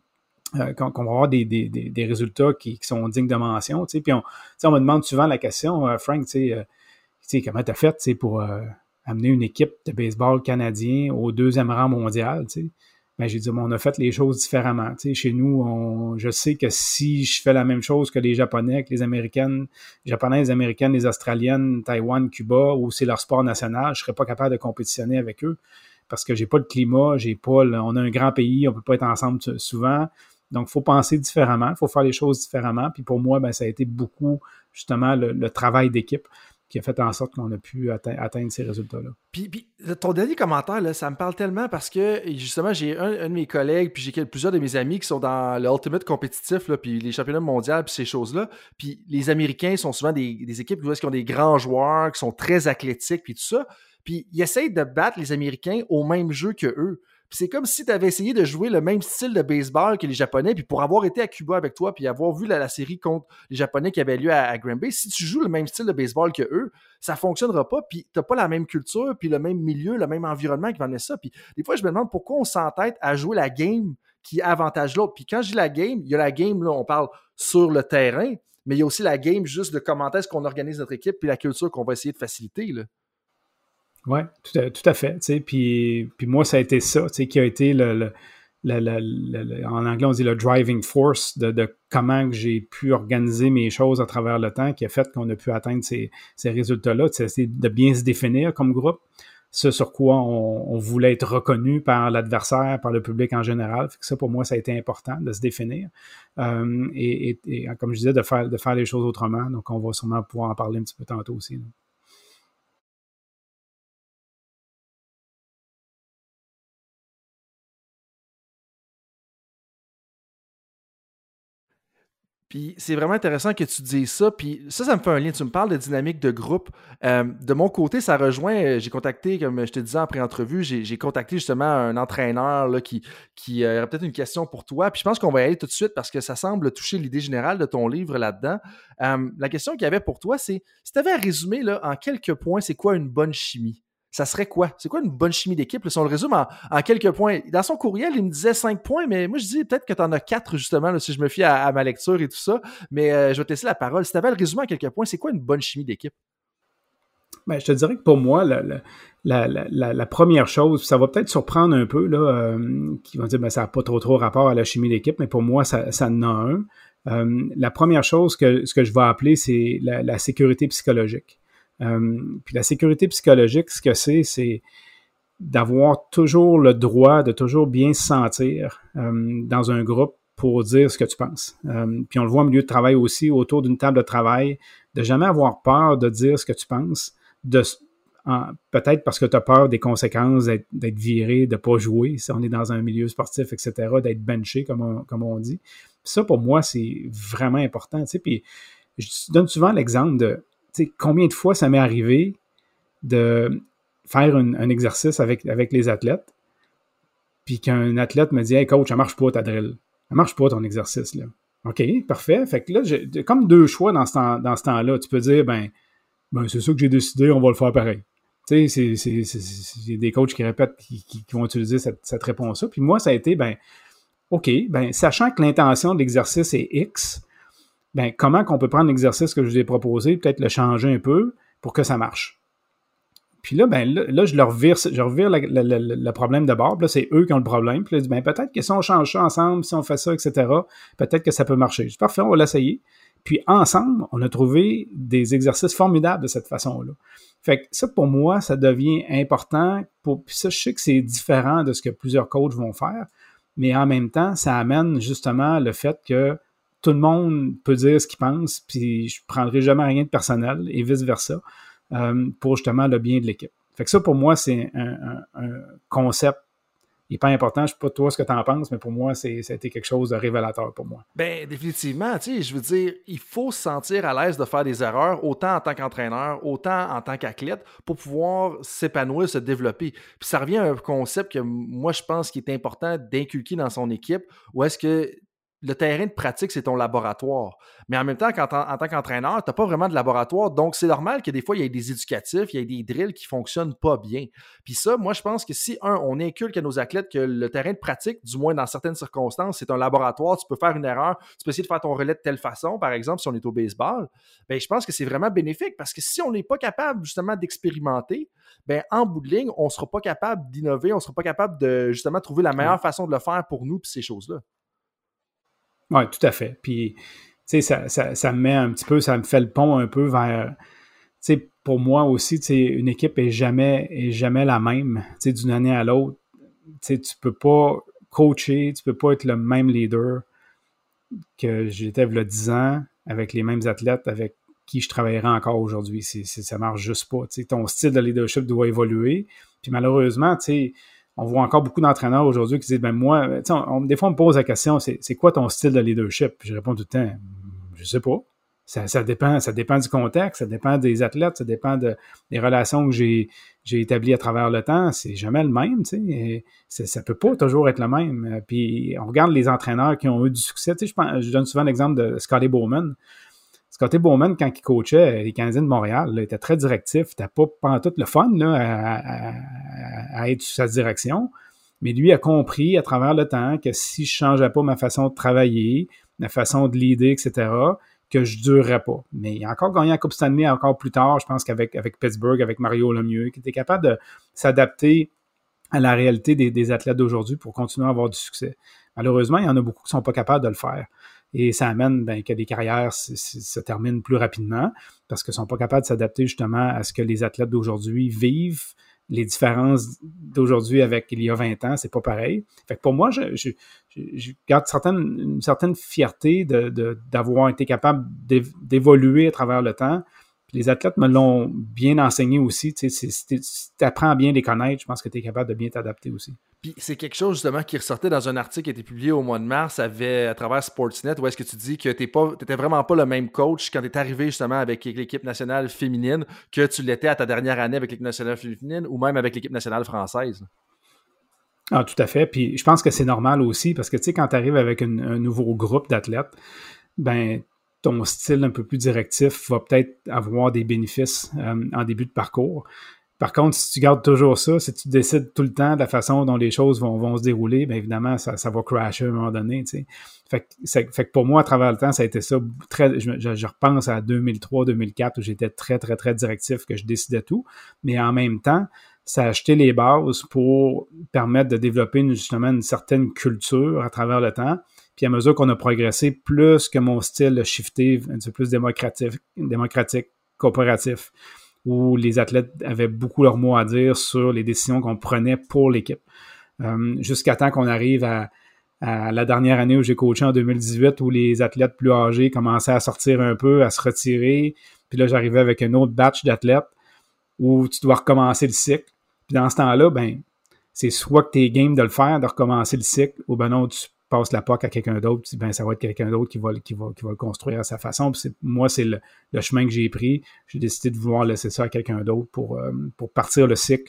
résultats qui sont dignes de mention. Puis on me demande souvent la question, Frank, comment tu as fait pour amener une équipe de baseball canadien au 2e rang mondial? Ben, j'ai dit, on a fait les choses différemment. Chez nous, je sais que si je fais la même chose que les Japonais, que les Japonais, les Américaines, les Australiennes, Taïwan, Cuba, où c'est leur sport national, je ne serais pas capable de compétitionner avec eux parce que j'ai pas le climat, on a un grand pays, on peut pas être ensemble souvent. Donc, il faut penser différemment, il faut faire les choses différemment. Puis pour moi, ben, ça a été beaucoup, justement, le travail d'équipe qui a fait en sorte qu'on a pu atteindre ces résultats-là. Puis ton dernier commentaire, là, ça me parle tellement parce que, justement, j'ai un de mes collègues, puis j'ai plusieurs de mes amis qui sont dans le Ultimate compétitif, là, puis les championnats mondiaux, puis ces choses-là. Puis les Américains sont souvent des équipes qui ont des grands joueurs, qui sont très athlétiques, puis tout ça. Puis ils essayent de battre les Américains au même jeu que eux. Puis c'est comme si tu avais essayé de jouer le même style de baseball que les Japonais, puis pour avoir été à Cuba avec toi, puis avoir vu la série contre les Japonais qui avait lieu à Granby, si tu joues le même style de baseball que eux, ça fonctionnera pas, puis t'as pas la même culture, puis le même milieu, le même environnement qui va amener ça. Puis des fois, je me demande pourquoi on s'entête à jouer la game qui avantage l'autre. Puis quand je dis la game, il y a la game, là, on parle sur le terrain, mais il y a aussi la game juste de comment est-ce qu'on organise notre équipe, puis la culture qu'on va essayer de faciliter, là. Oui, tout à fait. Puis moi, ça a été ça, qui a été en anglais, on dit le driving force de comment j'ai pu organiser mes choses à travers le temps qui a fait qu'on a pu atteindre ces résultats-là. C'est de bien se définir comme groupe, ce sur quoi on voulait être reconnu par l'adversaire, par le public en général. Fait que ça, pour moi, ça a été important de se définir. Et comme je disais, de faire les choses autrement. Donc, on va sûrement pouvoir en parler un petit peu tantôt aussi, là. Puis c'est vraiment intéressant que tu dises ça. Puis ça me fait un lien. Tu me parles de dynamique de groupe. De mon côté, ça rejoint. J'ai contacté, comme je te disais en pré-entrevue, j'ai contacté justement un entraîneur là, qui aurait peut-être une question pour toi. Puis je pense qu'on va y aller tout de suite parce que ça semble toucher l'idée générale de ton livre là-dedans. La question qu'il y avait pour toi, c'est si tu avais à résumer là, en quelques points, c'est quoi une bonne chimie? Ça serait quoi? C'est quoi une bonne chimie d'équipe? Là, si on le résume en quelques points. Dans son courriel, il me disait 5 points, mais moi, je dis peut-être que tu en as 4, justement, là, si je me fie à ma lecture et tout ça. Mais je vais te laisser la parole. Si tu avais à le résumer en quelques points, c'est quoi une bonne chimie d'équipe? Ben, je te dirais que pour moi, la première chose, ça va peut-être surprendre un peu, là, qui vont dire ben, ça n'a pas trop rapport à la chimie d'équipe, mais pour moi, ça en a un. La première chose ce que je vais appeler, c'est la sécurité psychologique. Puis la sécurité psychologique, ce que c'est d'avoir toujours le droit de toujours bien se sentir dans un groupe pour dire ce que tu penses. Puis on le voit au milieu de travail aussi, autour d'une table de travail, de jamais avoir peur de dire ce que tu penses, peut-être parce que tu as peur des conséquences d'être viré, de ne pas jouer, si on est dans un milieu sportif, etc., d'être benché, comme on dit. Puis ça, pour moi, c'est vraiment important. Tu sais, puis je donne souvent l'exemple de combien de fois ça m'est arrivé de faire un exercice avec les athlètes, puis qu'un athlète me dit « Hey coach, ça marche pas ta drill. Ça marche pas ton exercice. » là. OK, parfait. Fait que là, j'ai comme deux choix dans ce temps-là. Tu peux dire « Ben, c'est ça que j'ai décidé, on va le faire pareil. » Tu sais, c'est des coachs qui répètent, qui vont utiliser cette réponse-là. Puis moi, ça a été, ben, OK, ben, sachant que l'intention de l'exercice est X, ben, comment qu'on peut prendre l'exercice que je vous ai proposé, peut-être le changer un peu pour que ça marche. Puis là, ben, là je revire le problème de bord. Puis là, c'est eux qui ont le problème. Puis là, ben, peut-être que si on change ça ensemble, si on fait ça, etc., peut-être que ça peut marcher. C'est parfait, on va l'essayer. Puis ensemble, on a trouvé des exercices formidables de cette façon-là. Fait que ça, pour moi, ça devient important. Puis ça, je sais que c'est différent de ce que plusieurs coachs vont faire, mais en même temps, ça amène justement le fait que tout le monde peut dire ce qu'il pense, puis je ne prendrai jamais rien de personnel et vice-versa pour justement le bien de l'équipe. Fait que ça, pour moi, c'est un concept hyper important. Je ne sais pas toi ce que tu en penses, mais pour moi, ça a été quelque chose de révélateur pour moi. Ben définitivement, tu sais, je veux dire, il faut se sentir à l'aise de faire des erreurs, autant en tant qu'entraîneur, autant en tant qu'athlète, pour pouvoir s'épanouir, se développer. Puis ça revient à un concept que moi, je pense qu'il est important d'inculquer dans son équipe, où est-ce que le terrain de pratique, c'est ton laboratoire. Mais en même temps, en tant qu'entraîneur, tu n'as pas vraiment de laboratoire. Donc, c'est normal que des fois, il y ait des éducatifs, il y ait des drills qui ne fonctionnent pas bien. Puis ça, moi, je pense que si, on inculque à nos athlètes que le terrain de pratique, du moins dans certaines circonstances, c'est un laboratoire, tu peux faire une erreur, tu peux essayer de faire ton relais de telle façon, par exemple, si on est au baseball, bien, je pense que c'est vraiment bénéfique parce que si on n'est pas capable, justement, d'expérimenter, bien, en bout de ligne, on ne sera pas capable d'innover, on ne sera pas capable de, justement, trouver la meilleure façon de le faire pour nous, puis ces choses-là. Oui, tout à fait. Puis, tu sais, ça me met un petit peu, ça me fait le pont un peu vers, tu sais, pour moi aussi, tu sais, une équipe est jamais la même, tu sais, d'une année à l'autre. Tu sais, tu peux pas coacher, tu peux pas être le même leader que j'étais il y a 10 ans avec les mêmes athlètes avec qui je travaillerais encore aujourd'hui. Ça marche juste pas. Tu sais, ton style de leadership doit évoluer. Puis malheureusement, tu sais, on voit encore beaucoup d'entraîneurs aujourd'hui qui disent, ben moi, tu sais, des fois on me pose la question, c'est quoi ton style de leadership? Puis je réponds tout le temps, je sais pas. Ça dépend du contexte, ça dépend des athlètes, ça dépend des relations que j'ai établies à travers le temps. C'est jamais le même, tu sais. Ça peut pas toujours être le même. Puis on regarde les entraîneurs qui ont eu du succès. Tu sais, je donne souvent l'exemple de Scotty Bowman. Scotty Bowman, quand il coachait les Canadiens de Montréal, là, il était très directif. C'était pas pantoute le fun là, à être sous sa direction. Mais lui a compris à travers le temps que si je changeais pas ma façon de travailler, ma façon de leader, etc., que je durerais pas. Mais il a encore gagné la Coupe Stanley encore plus tard, je pense qu'avec Pittsburgh, avec Mario Lemieux, qui était capable de s'adapter à la réalité des athlètes d'aujourd'hui pour continuer à avoir du succès. Malheureusement, il y en a beaucoup qui ne sont pas capables de le faire. Et ça amène que des carrières se terminent plus rapidement parce qu'ils ne sont pas capables de s'adapter justement à ce que les athlètes d'aujourd'hui vivent. Les différences d'aujourd'hui avec il y a 20 ans, c'est pas pareil. Fait que pour moi, je garde une certaine fierté d'avoir été capable d'évoluer à travers le temps. Puis les athlètes me l'ont bien enseigné aussi. Tu sais, si tu apprends à bien les connaître, je pense que tu es capable de bien t'adapter aussi. Puis c'est quelque chose justement qui ressortait dans un article qui a été publié au mois de mars à travers Sportsnet, où est-ce que tu dis que tu n'étais vraiment pas le même coach quand tu es arrivé justement avec l'équipe nationale féminine que tu l'étais à ta dernière année avec l'équipe nationale féminine ou même avec l'équipe nationale française. Ah, tout à fait. Puis je pense que c'est normal aussi parce que tu sais, quand tu arrives avec un nouveau groupe d'athlètes, ben ton style un peu plus directif va peut-être avoir des bénéfices en début de parcours. Par contre, si tu gardes toujours ça, si tu décides tout le temps de la façon dont les choses vont se dérouler, bien évidemment, ça va crasher à un moment donné. Tu sais. Fait que pour moi, à travers le temps, ça a été ça. Je repense à 2003-2004 où j'étais très, très, très directif, que je décidais tout. Mais en même temps, ça a acheté les bases pour permettre de développer justement une certaine culture à travers le temps. Puis à mesure qu'on a progressé, plus que mon style a shifté, un petit peu plus démocratique, coopératif, où les athlètes avaient beaucoup leur mot à dire sur les décisions qu'on prenait pour l'équipe. Jusqu'à temps qu'on arrive à la dernière année où j'ai coaché en 2018, où les athlètes plus âgés commençaient à sortir un peu, à se retirer. Puis là, j'arrivais avec un autre batch d'athlètes où tu dois recommencer le cycle. Puis dans ce temps-là, ben c'est soit que tu es game de le faire, de recommencer le cycle, ou ben non, tu passes la POC à quelqu'un d'autre, puis ben ça va être quelqu'un d'autre qui va le construire à sa façon. Puis moi, c'est le chemin que j'ai pris. J'ai décidé de vouloir laisser ça à quelqu'un d'autre pour partir le cycle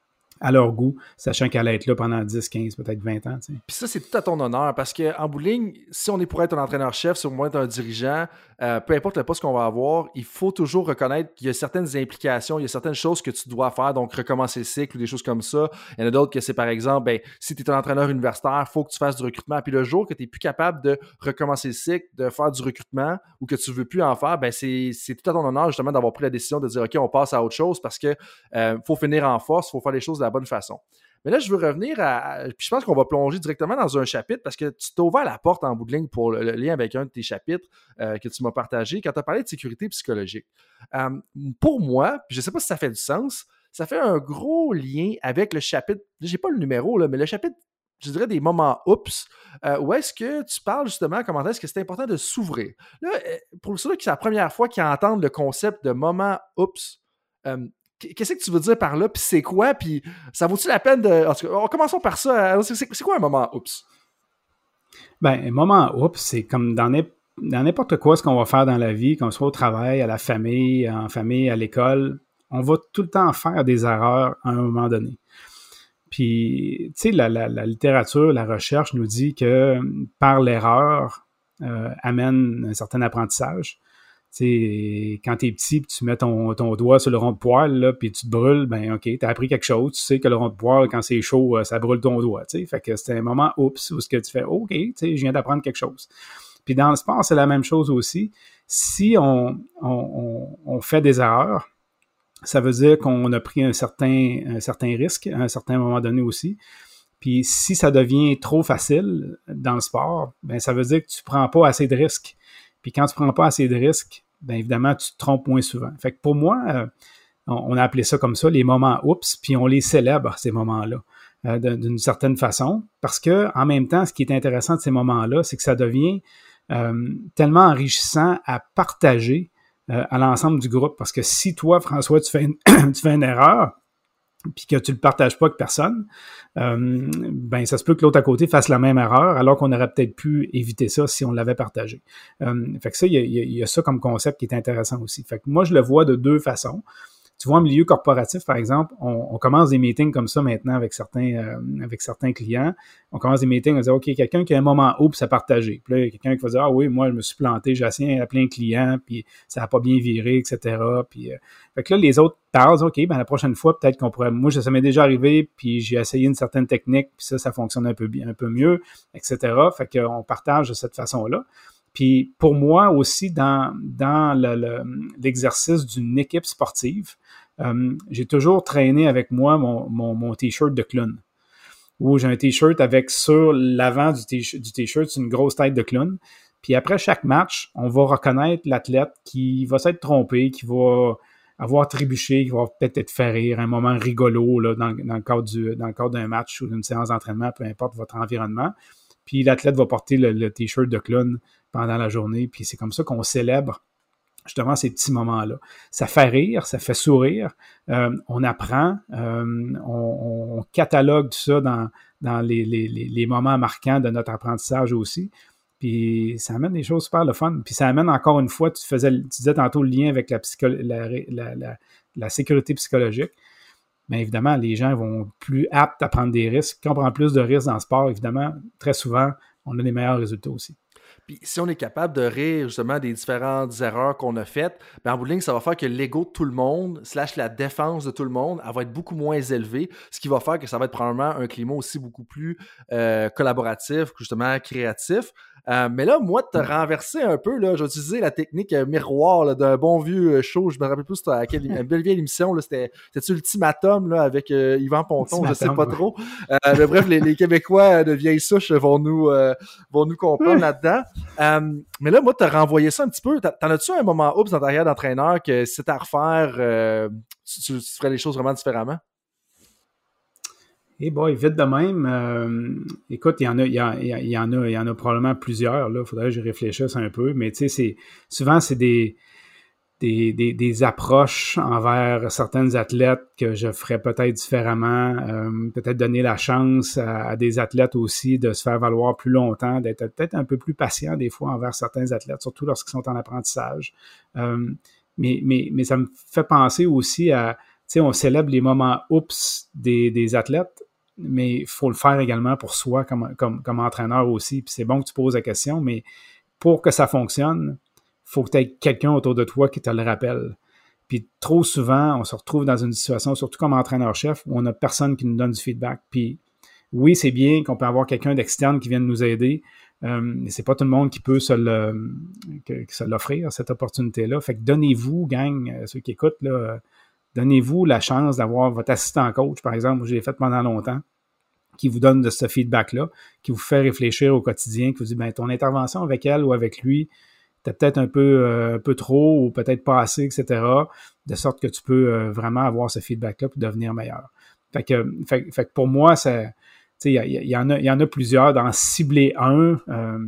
à leur goût, sachant qu'elle allait être là pendant 10, 15, peut-être 20 ans. Tu sais. Puis ça, c'est tout à ton honneur, parce qu'en bout de ligne, si on est pour être un entraîneur-chef, si on est un dirigeant, peu importe le poste qu'on va avoir, il faut toujours reconnaître qu'il y a certaines implications, il y a certaines choses que tu dois faire, donc recommencer le cycle ou des choses comme ça. Il y en a d'autres que c'est, par exemple, ben, si tu es un entraîneur universitaire, il faut que tu fasses du recrutement. Puis le jour que tu n'es plus capable de recommencer le cycle, de faire du recrutement ou que tu ne veux plus en faire, ben c'est tout à ton honneur, justement, d'avoir pris la décision de dire « OK, on passe à autre chose » parce que faut finir en force, il faut faire les choses de la bonne façon. Mais là, je veux revenir puis je pense qu'on va plonger directement dans un chapitre parce que tu t'as ouvert la porte en bout de ligne pour le lien avec un de tes chapitres que tu m'as partagé quand tu as parlé de sécurité psychologique. Pour moi, puis je ne sais pas si ça fait du sens, ça fait un gros lien avec le chapitre, j'ai pas le numéro, là, mais le chapitre, je dirais des moments oups, où est-ce que tu parles justement comment est-ce que c'est important de s'ouvrir. Là, pour ceux qui c'est la première fois qu'ils entendent le concept de moment oups, qu'est-ce que tu veux dire par là, puis c'est quoi, puis ça vaut-tu la peine de... En tout cas, commençons par ça. C'est quoi un moment oups? Ben, un moment oups, c'est comme dans n'importe quoi ce qu'on va faire dans la vie, qu'on soit au travail, à la famille, en famille, à l'école, on va tout le temps faire des erreurs à un moment donné. Puis, tu sais, la littérature, la recherche nous dit que par l'erreur amène un certain apprentissage. Tu sais, quand t'es petit, puis tu mets ton doigt sur le rond de poêle, là, puis tu te brûles, ben OK, t'as appris quelque chose. Tu sais que le rond de poêle, quand c'est chaud, ça brûle ton doigt. Tu sais, fait que c'est un moment oups où ce que tu fais OK, tu sais, je viens d'apprendre quelque chose. Puis dans le sport, c'est la même chose aussi. Si on fait des erreurs, ça veut dire qu'on a pris un certain risque à un certain moment donné aussi. Puis si ça devient trop facile dans le sport, ben ça veut dire que tu prends pas assez de risques. Puis quand tu prends pas assez de risques, bien évidemment, tu te trompes moins souvent. Fait que pour moi, on a appelé ça comme ça, les moments oups, puis on les célèbre, ces moments-là, d'une certaine façon. Parce que en même temps, ce qui est intéressant de ces moments-là, c'est que ça devient tellement enrichissant à partager à l'ensemble du groupe. Parce que si toi, François, tu fais une erreur, puis que tu le partages pas avec personne, ben ça se peut que l'autre à côté fasse la même erreur, alors qu'on aurait peut-être pu éviter ça si on l'avait partagé. Fait que ça, il y a ça comme concept qui est intéressant aussi. Fait que moi, je le vois de deux façons. Tu vois, en milieu corporatif, par exemple, on commence des meetings comme ça maintenant avec certains clients. On commence des meetings, on dit, OK, quelqu'un qui a un moment oups à partager. Puis là, il y a quelqu'un qui va dire, ah oui, moi, je me suis planté, j'ai essayé à plein de clients, puis ça n'a pas bien viré, etc. Puis, fait que là, les autres parlent, OK, ben la prochaine fois, peut-être qu'on pourrait, moi, ça m'est déjà arrivé, puis j'ai essayé une certaine technique, puis ça fonctionne un peu mieux, etc. Fait qu'on partage de cette façon-là. Puis pour moi aussi, dans l'exercice d'une équipe sportive, j'ai toujours traîné avec moi mon T-shirt de clown. Où j'ai un T-shirt avec sur l'avant du T-shirt, c'est une grosse tête de clown. Puis après chaque match, on va reconnaître l'athlète qui va s'être trompé, qui va avoir trébuché, qui va peut-être être fait rire, un moment rigolo là, dans le cadre d'un match ou d'une séance d'entraînement, peu importe votre environnement. Puis l'athlète va porter le T-shirt de clown pendant la journée, puis c'est comme ça qu'on célèbre justement ces petits moments-là. Ça fait rire, ça fait sourire, on apprend, on catalogue tout ça dans les moments marquants de notre apprentissage aussi, puis ça amène des choses super le fun. Puis ça amène encore une fois, tu disais tantôt le lien avec la sécurité psychologique. Bien évidemment, les gens vont plus aptes à prendre des risques. Quand on prend plus de risques dans le sport, évidemment, très souvent, on a des meilleurs résultats aussi. Puis si on est capable de rire justement des différentes erreurs qu'on a faites, bien en bout de ligne, ça va faire que l'ego de tout le monde, / la défense de tout le monde, elle va être beaucoup moins élevée, ce qui va faire que ça va être probablement un climat aussi beaucoup plus collaboratif, justement créatif. Mais là, moi, de te renverser un peu, là, j'ai utilisé la technique miroir là, d'un bon vieux show. Je me rappelle plus c'était à une belle vieille émission. Là, c'était Ultimatum là, avec Yvan Ponton, je sais pas trop. Mais bref, les Québécois de vieille souche vont nous comprendre là-dedans. Mais là, moi, de te renvoyer ça un petit peu. T'en as-tu un moment oups dans ta carrière d'entraîneur que si c'était à refaire, tu ferais les choses vraiment différemment? Eh boy, vite de même. Écoute, il y en a probablement plusieurs. Là, faudrait que j'y réfléchisse un peu. Mais tu sais, souvent c'est des approches envers certaines athlètes que je ferais peut-être différemment. Peut-être donner la chance à des athlètes aussi de se faire valoir plus longtemps, d'être peut-être un peu plus patient des fois envers certains athlètes, surtout lorsqu'ils sont en apprentissage. Mais ça me fait penser aussi à, tu sais, on célèbre les moments oups des athlètes, mais il faut le faire également pour soi comme entraîneur aussi. Puis c'est bon que tu poses la question, mais pour que ça fonctionne, il faut que tu aies quelqu'un autour de toi qui te le rappelle. Puis trop souvent, on se retrouve dans une situation, surtout comme entraîneur-chef, où on n'a personne qui nous donne du feedback. Puis oui, c'est bien qu'on peut avoir quelqu'un d'externe qui vienne nous aider, mais c'est pas tout le monde qui peut se l'offrir, cette opportunité-là. Fait que donnez-vous, gang, ceux qui écoutent, là, donnez-vous la chance d'avoir votre assistant coach, par exemple, que j'ai fait pendant longtemps, qui vous donne de ce feedback-là, qui vous fait réfléchir au quotidien, qui vous dit, ben ton intervention avec elle ou avec lui, t'es peut-être un peu trop ou peut-être pas assez, etc., de sorte que tu peux vraiment avoir ce feedback-là pour devenir meilleur. Fait que pour moi, il y en a plusieurs. D'en cibler un,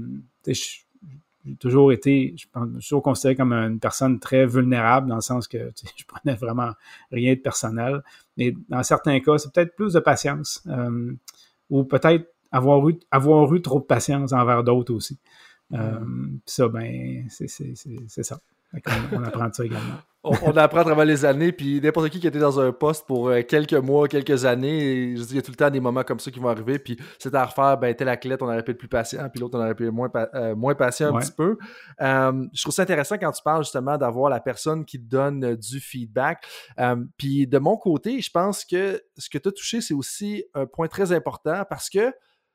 j'ai toujours été, je suis toujours considéré comme une personne très vulnérable dans le sens que je prenais vraiment rien de personnel. Mais dans certains cas, c'est peut-être plus de patience ou peut-être avoir eu trop de patience envers d'autres aussi. Ça, ben, c'est ça. On apprend ça également. On apprend à travers les années, puis n'importe qui était dans un poste pour quelques mois, quelques années, je dis, il y a tout le temps des moments comme ça qui vont arriver, puis c'est à refaire, ben tel athlète, on aurait pu être plus patient, puis l'autre, on aurait pu être moins patient un petit peu. Je trouve ça intéressant quand tu parles justement d'avoir la personne qui te donne du feedback. Puis de mon côté, je pense que ce que tu as touché, c'est aussi un point très important parce que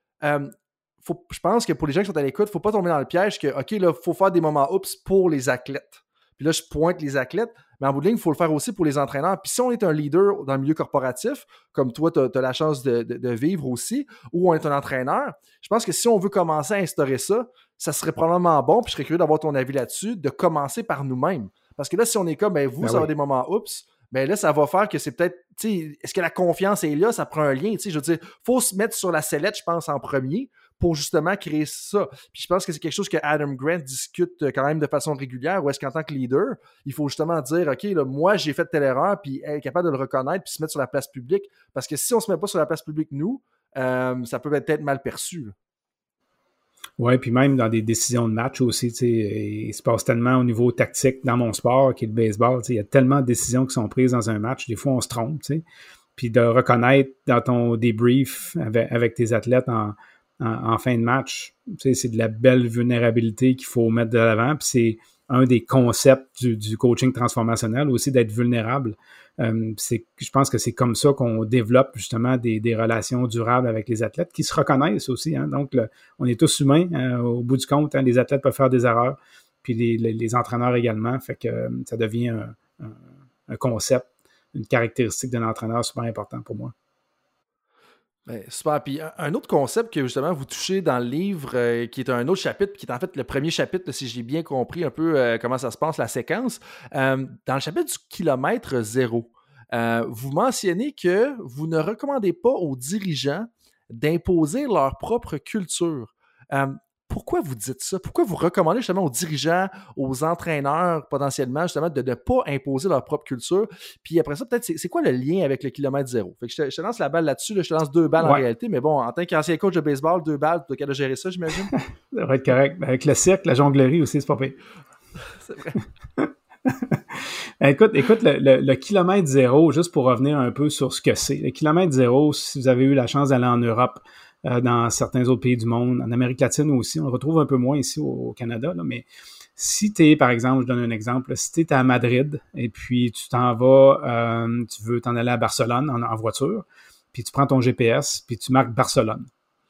je pense que pour les gens qui sont à l'écoute, il ne faut pas tomber dans le piège que, OK, là, il faut faire des moments oups pour les athlètes. Puis là, je pointe les athlètes, mais en bout de ligne, il faut le faire aussi pour les entraîneurs. Puis si on est un leader dans le milieu corporatif, comme toi, tu as la chance de vivre aussi, ou on est un entraîneur, je pense que si on veut commencer à instaurer ça, ça serait probablement bon, puis je serais curieux d'avoir ton avis là-dessus, de commencer par nous-mêmes. Parce que là, si on est comme, vous avez des moments oups, ben là, ça va faire que c'est peut-être, tu sais, est-ce que la confiance est là? Ça prend un lien, tu sais, je veux dire, il faut se mettre sur la sellette, je pense, en premier pour justement créer ça. Puis je pense que c'est quelque chose que Adam Grant discute quand même de façon régulière, où est-ce qu'en tant que leader, il faut justement dire, OK, là, moi, j'ai fait telle erreur, puis être capable de le reconnaître, puis se mettre sur la place publique. Parce que si on se met pas sur la place publique, nous, ça peut être mal perçu. Oui, puis même dans des décisions de match aussi, tu sais, il se passe tellement au niveau tactique dans mon sport, qui est le baseball, tu sais, il y a tellement de décisions qui sont prises dans un match, des fois on se trompe, tu sais. Puis de reconnaître dans ton débrief avec tes athlètes en fin de match, tu sais, c'est de la belle vulnérabilité qu'il faut mettre de l'avant, puis c'est un des concepts du coaching transformationnel aussi, d'être vulnérable. Je pense que c'est comme ça qu'on développe justement des relations durables avec les athlètes qui se reconnaissent aussi. Hein. Donc, on est tous humains au bout du compte. Hein, les athlètes peuvent faire des erreurs, puis les entraîneurs également. Fait que ça devient un concept, une caractéristique d'un entraîneur super important pour moi. Ben, super. Puis un autre concept que justement vous touchez dans le livre, qui est un autre chapitre, qui est en fait le premier chapitre, si j'ai bien compris un peu comment ça se passe, la séquence, dans le chapitre du kilomètre zéro, vous mentionnez que vous ne recommandez pas aux dirigeants d'imposer leur propre culture. Pourquoi vous dites ça? Pourquoi vous recommandez justement aux dirigeants, aux entraîneurs potentiellement, justement, de ne pas imposer leur propre culture? Puis après ça, peut-être, c'est quoi le lien avec le kilomètre zéro? Fait que je te lance la balle là-dessus, là, je te lance 2 balles en réalité, mais bon, en tant qu'ancien coach de baseball, 2 balles, tu dois capable de gérer ça, j'imagine? Ça devrait être correct. Avec le cirque, la jonglerie aussi, c'est pas pire. C'est vrai. Écoute, le kilomètre zéro, juste pour revenir un peu sur ce que c'est. Le kilomètre zéro, si vous avez eu la chance d'aller en Europe, dans certains autres pays du monde, en Amérique latine aussi, on le retrouve un peu moins ici au Canada, là, mais si tu es, par exemple, je donne un exemple, si tu es à Madrid et puis tu t'en vas, tu veux t'en aller à Barcelone en voiture, puis tu prends ton GPS, puis tu marques Barcelone.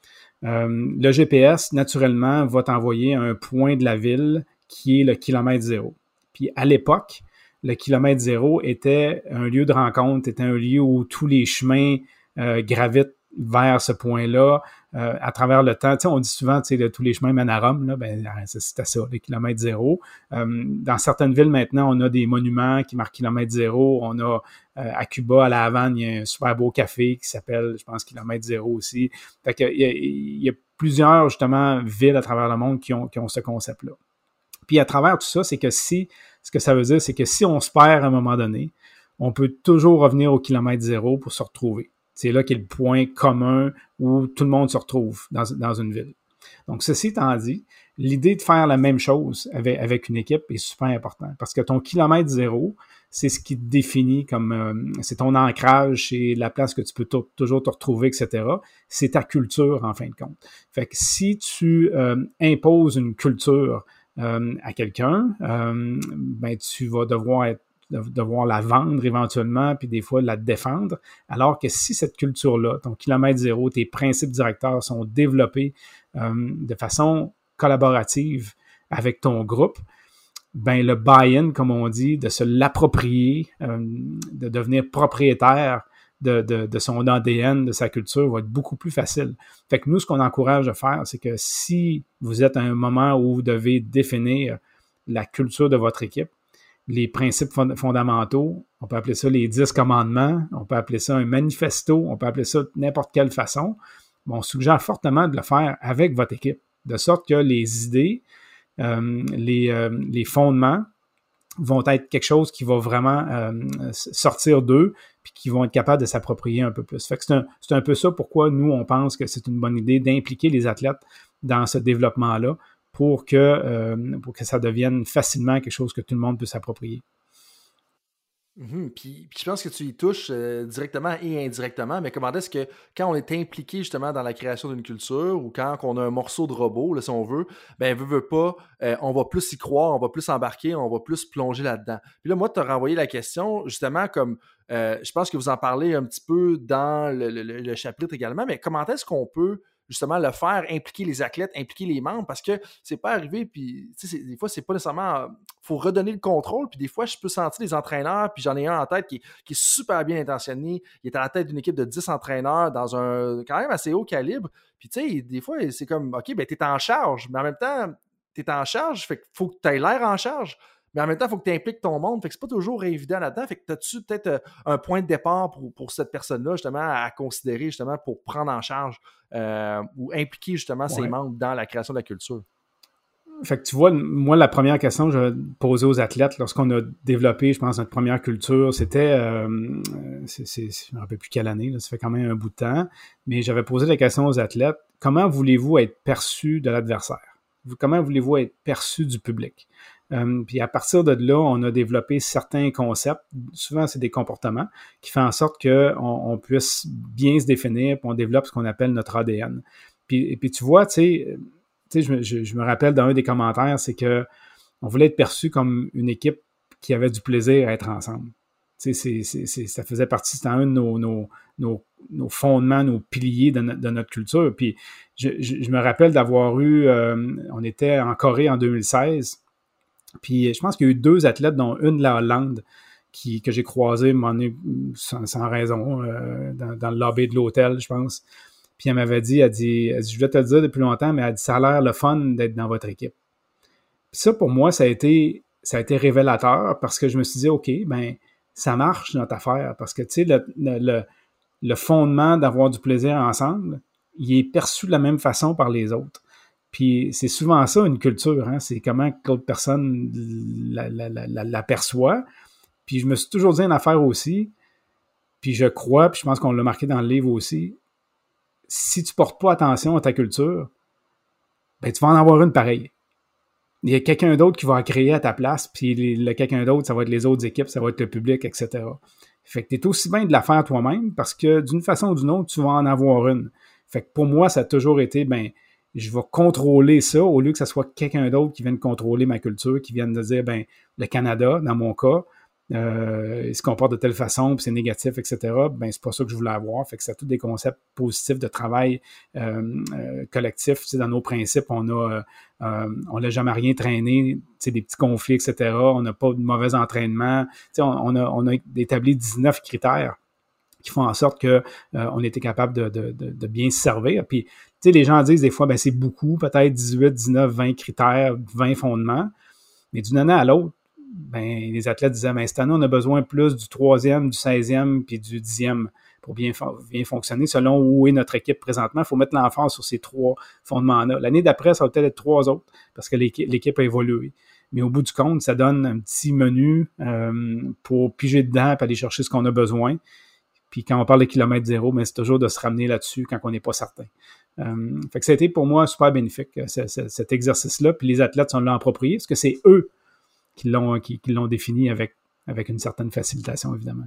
Le GPS, naturellement, va t'envoyer à un point de la ville qui est le kilomètre zéro. Puis à l'époque, le kilomètre zéro était un lieu de rencontre, était un lieu où tous les chemins gravitent vers ce point-là à travers le temps. Tu sais, on dit souvent, tu sais, tous les chemins mènent à Rome, là, ben, c'était ça, le kilomètre zéro. Dans certaines villes, maintenant, on a des monuments qui marquent kilomètre zéro. On a à Cuba, à La Havane, il y a un super beau café qui s'appelle, je pense, kilomètre zéro aussi. Fait que, il y a plusieurs, justement, villes à travers le monde qui ont ce concept-là. Puis à travers tout ça, c'est que ce que ça veut dire, c'est que si on se perd à un moment donné, on peut toujours revenir au kilomètre zéro pour se retrouver. C'est là qu'est le point commun où tout le monde se retrouve dans une ville. Donc, ceci étant dit, l'idée de faire la même chose avec une équipe est super importante parce que ton kilomètre zéro, c'est ce qui te définit comme c'est ton ancrage, c'est la place que tu peux toujours te retrouver, etc. C'est ta culture, en fin de compte. Fait que si tu imposes une culture à quelqu'un, ben tu vas devoir la vendre éventuellement, puis des fois la défendre, alors que si cette culture-là, ton kilomètre zéro, tes principes directeurs sont développés de façon collaborative avec ton groupe, ben le buy-in, comme on dit, de se l'approprier, de devenir propriétaire de son ADN, de sa culture, va être beaucoup plus facile. Fait que nous, ce qu'on encourage à faire, c'est que si vous êtes à un moment où vous devez définir la culture de votre équipe, les principes fondamentaux, on peut appeler ça les 10 commandements, on peut appeler ça un manifesto, on peut appeler ça de n'importe quelle façon, mais on suggère fortement de le faire avec votre équipe, de sorte que les idées, les fondements vont être quelque chose qui va vraiment sortir d'eux, puis qui vont être capables de s'approprier un peu plus. Fait que c'est un peu ça pourquoi nous, on pense que c'est une bonne idée d'impliquer les athlètes dans ce développement-là pour que ça devienne facilement quelque chose que tout le monde peut s'approprier. Puis je pense que tu y touches directement et indirectement, mais comment est-ce que quand on est impliqué justement dans la création d'une culture ou quand on a un morceau de robot, là, si on veut, ben veut pas, on va plus y croire, on va plus embarquer, on va plus plonger là-dedans. Puis là, moi, tu as renvoyé la question justement comme, je pense que vous en parlez un petit peu dans le chapitre également, mais comment est-ce qu'on peut justement le faire, impliquer les athlètes, impliquer les membres, parce que c'est pas arrivé, puis des fois, c'est pas nécessairement... faut redonner le contrôle, puis des fois, je peux sentir les entraîneurs, puis j'en ai un en tête qui est super bien intentionné, il est à la tête d'une équipe de 10 entraîneurs dans un quand même assez haut calibre, puis tu sais, des fois, c'est comme, OK, ben t'es en charge, mais en même temps, t'es en charge, fait qu'il faut que t'aies l'air en charge, mais en même temps, il faut que tu impliques ton monde. Fait que c'est pas toujours évident là-dedans. Fait que as-tu peut-être un point de départ pour cette personne-là, justement, à considérer, justement, pour prendre en charge ou impliquer, justement, ses membres dans la création de la culture? Fait que tu vois, moi, la première question que je posais aux athlètes lorsqu'on a développé, je pense, notre première culture, c'était, je ne me rappelle plus quelle année, là, ça fait quand même un bout de temps, mais j'avais posé la question aux athlètes, comment voulez-vous être perçu de l'adversaire? Comment voulez-vous être perçu du public? Puis à partir de là, on a développé certains concepts, souvent c'est des comportements, qui font en sorte qu'on puisse bien se définir, puis on développe ce qu'on appelle notre ADN. Puis tu vois, tu sais, je me rappelle dans un des commentaires, c'est que on voulait être perçu comme une équipe qui avait du plaisir à être ensemble. Ça faisait partie, c'était un de nos fondements, nos piliers de notre culture. Puis je me rappelle d'avoir eu, on était en Corée en 2016, puis je pense qu'il y a eu 2 athlètes, dont une de la Hollande, que j'ai croisé sans raison, dans le lobby de l'hôtel, je pense. Puis elle m'avait dit, je voulais te le dire depuis longtemps, mais elle dit, ça a l'air le fun d'être dans votre équipe. Puis ça, pour moi, ça a été révélateur parce que je me suis dit, OK, ben ça marche notre affaire. Parce que, tu sais, le fondement d'avoir du plaisir ensemble, il est perçu de la même façon par les autres. Puis c'est souvent ça, une culture, hein? C'est comment que l'autre personne l'aperçoit. Puis je me suis toujours dit une affaire aussi, puis je crois, puis je pense qu'on l'a marqué dans le livre aussi, si tu portes pas attention à ta culture, ben tu vas en avoir une pareille. Il y a quelqu'un d'autre qui va la créer à ta place, puis le quelqu'un d'autre, ça va être les autres équipes, ça va être le public, etc. Fait que tu es aussi bien de la faire toi-même, parce que d'une façon ou d'une autre, tu vas en avoir une. Fait que pour moi, ça a toujours été, ben je vais contrôler ça, au lieu que ce soit quelqu'un d'autre qui vienne contrôler ma culture, qui vienne de dire, ben le Canada, dans mon cas, il se comporte de telle façon, puis c'est négatif, etc., ben c'est pas ça que je voulais avoir. Fait que c'est tous des concepts positifs de travail collectif. Tu sais, dans nos principes, on n'a jamais rien traîné, tu sais, des petits conflits, etc. On n'a pas de mauvais entraînement. Tu sais, on a établi 19 critères qui font en sorte que on était capable de bien se servir. Puis, tu sais, les gens disent des fois, ben c'est beaucoup, peut-être 18, 19, 20 critères, 20 fondements, mais d'une année à l'autre, ben, les athlètes disaient, ben, cette année, on a besoin plus du 3e, du 16e puis du 10e pour bien fonctionner selon où est notre équipe présentement. Il faut mettre l'emphase sur ces 3 fondements-là. L'année d'après, ça va peut-être être 3 autres parce que l'équipe a évolué. Mais au bout du compte, ça donne un petit menu pour piger dedans et aller chercher ce qu'on a besoin. Puis quand on parle de kilomètre zéro, ben, c'est toujours de se ramener là-dessus quand on n'est pas certain. Fait que ça a été pour moi super bénéfique, cet exercice-là. Puis les athlètes sont là appropriés parce que c'est eux qui l'ont défini avec une certaine facilitation, évidemment.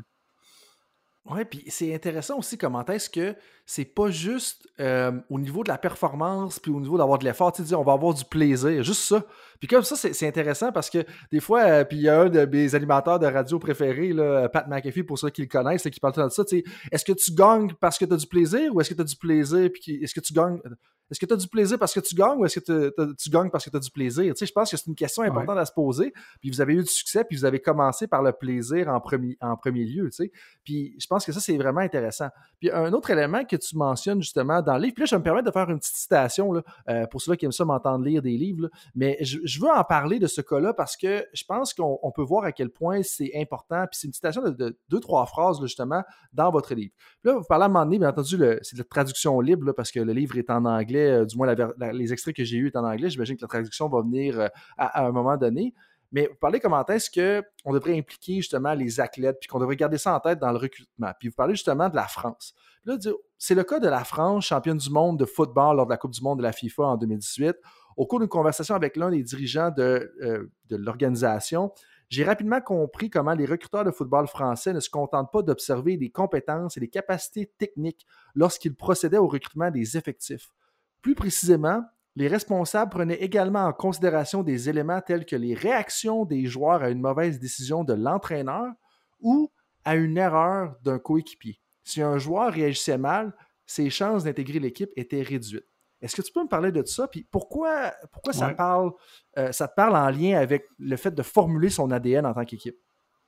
Oui, puis c'est intéressant aussi comment est-ce que c'est pas juste au niveau de la performance puis au niveau d'avoir de l'effort, tu sais, on va avoir du plaisir, juste ça. Puis comme ça, c'est intéressant parce que des fois, puis il y a un de mes animateurs de radio préférés, là, Pat McAfee, pour ceux qui le connaissent, qui parle tout de ça, tu sais, est-ce que tu gagnes parce que tu as du plaisir ou est-ce que tu as du plaisir puis est-ce que tu gagnes... Est-ce que tu as du plaisir parce que tu gagnes ou est-ce que tu gagnes parce que tu as du plaisir? Tu sais, je pense que c'est une question importante à se poser. Puis vous avez eu du succès, puis vous avez commencé par le plaisir en premier lieu. Tu sais. Puis je pense que ça, c'est vraiment intéressant. Puis un autre élément que tu mentionnes justement dans le livre, puis là, je vais me permettre de faire une petite citation là, pour ceux qui aiment ça m'entendre lire des livres, là, mais je veux en parler de ce cas-là parce que je pense qu'on peut voir à quel point c'est important. Puis c'est une citation de 2-3 phrases là, justement dans votre livre. Puis là, vous parlez à un moment donné, bien entendu, c'est de la traduction libre là, parce que le livre est en anglais. Du moins les extraits que j'ai eus est en anglais. J'imagine que la traduction va venir à un moment donné. Mais vous parlez comment est-ce qu'on devrait impliquer justement les athlètes puis qu'on devrait garder ça en tête dans le recrutement. Puis vous parlez justement de la France. Puis là, c'est le cas de la France, championne du monde de football lors de la Coupe du monde de la FIFA en 2018. Au cours d'une conversation avec l'un des dirigeants de l'organisation, j'ai rapidement compris comment les recruteurs de football français ne se contentent pas d'observer les compétences et les capacités techniques lorsqu'ils procédaient au recrutement des effectifs. Plus précisément, les responsables prenaient également en considération des éléments tels que les réactions des joueurs à une mauvaise décision de l'entraîneur ou à une erreur d'un coéquipier. Si un joueur réagissait mal, ses chances d'intégrer l'équipe étaient réduites. Est-ce que tu peux me parler de ça? Puis pourquoi ça te parle en lien avec le fait de formuler son ADN en tant qu'équipe?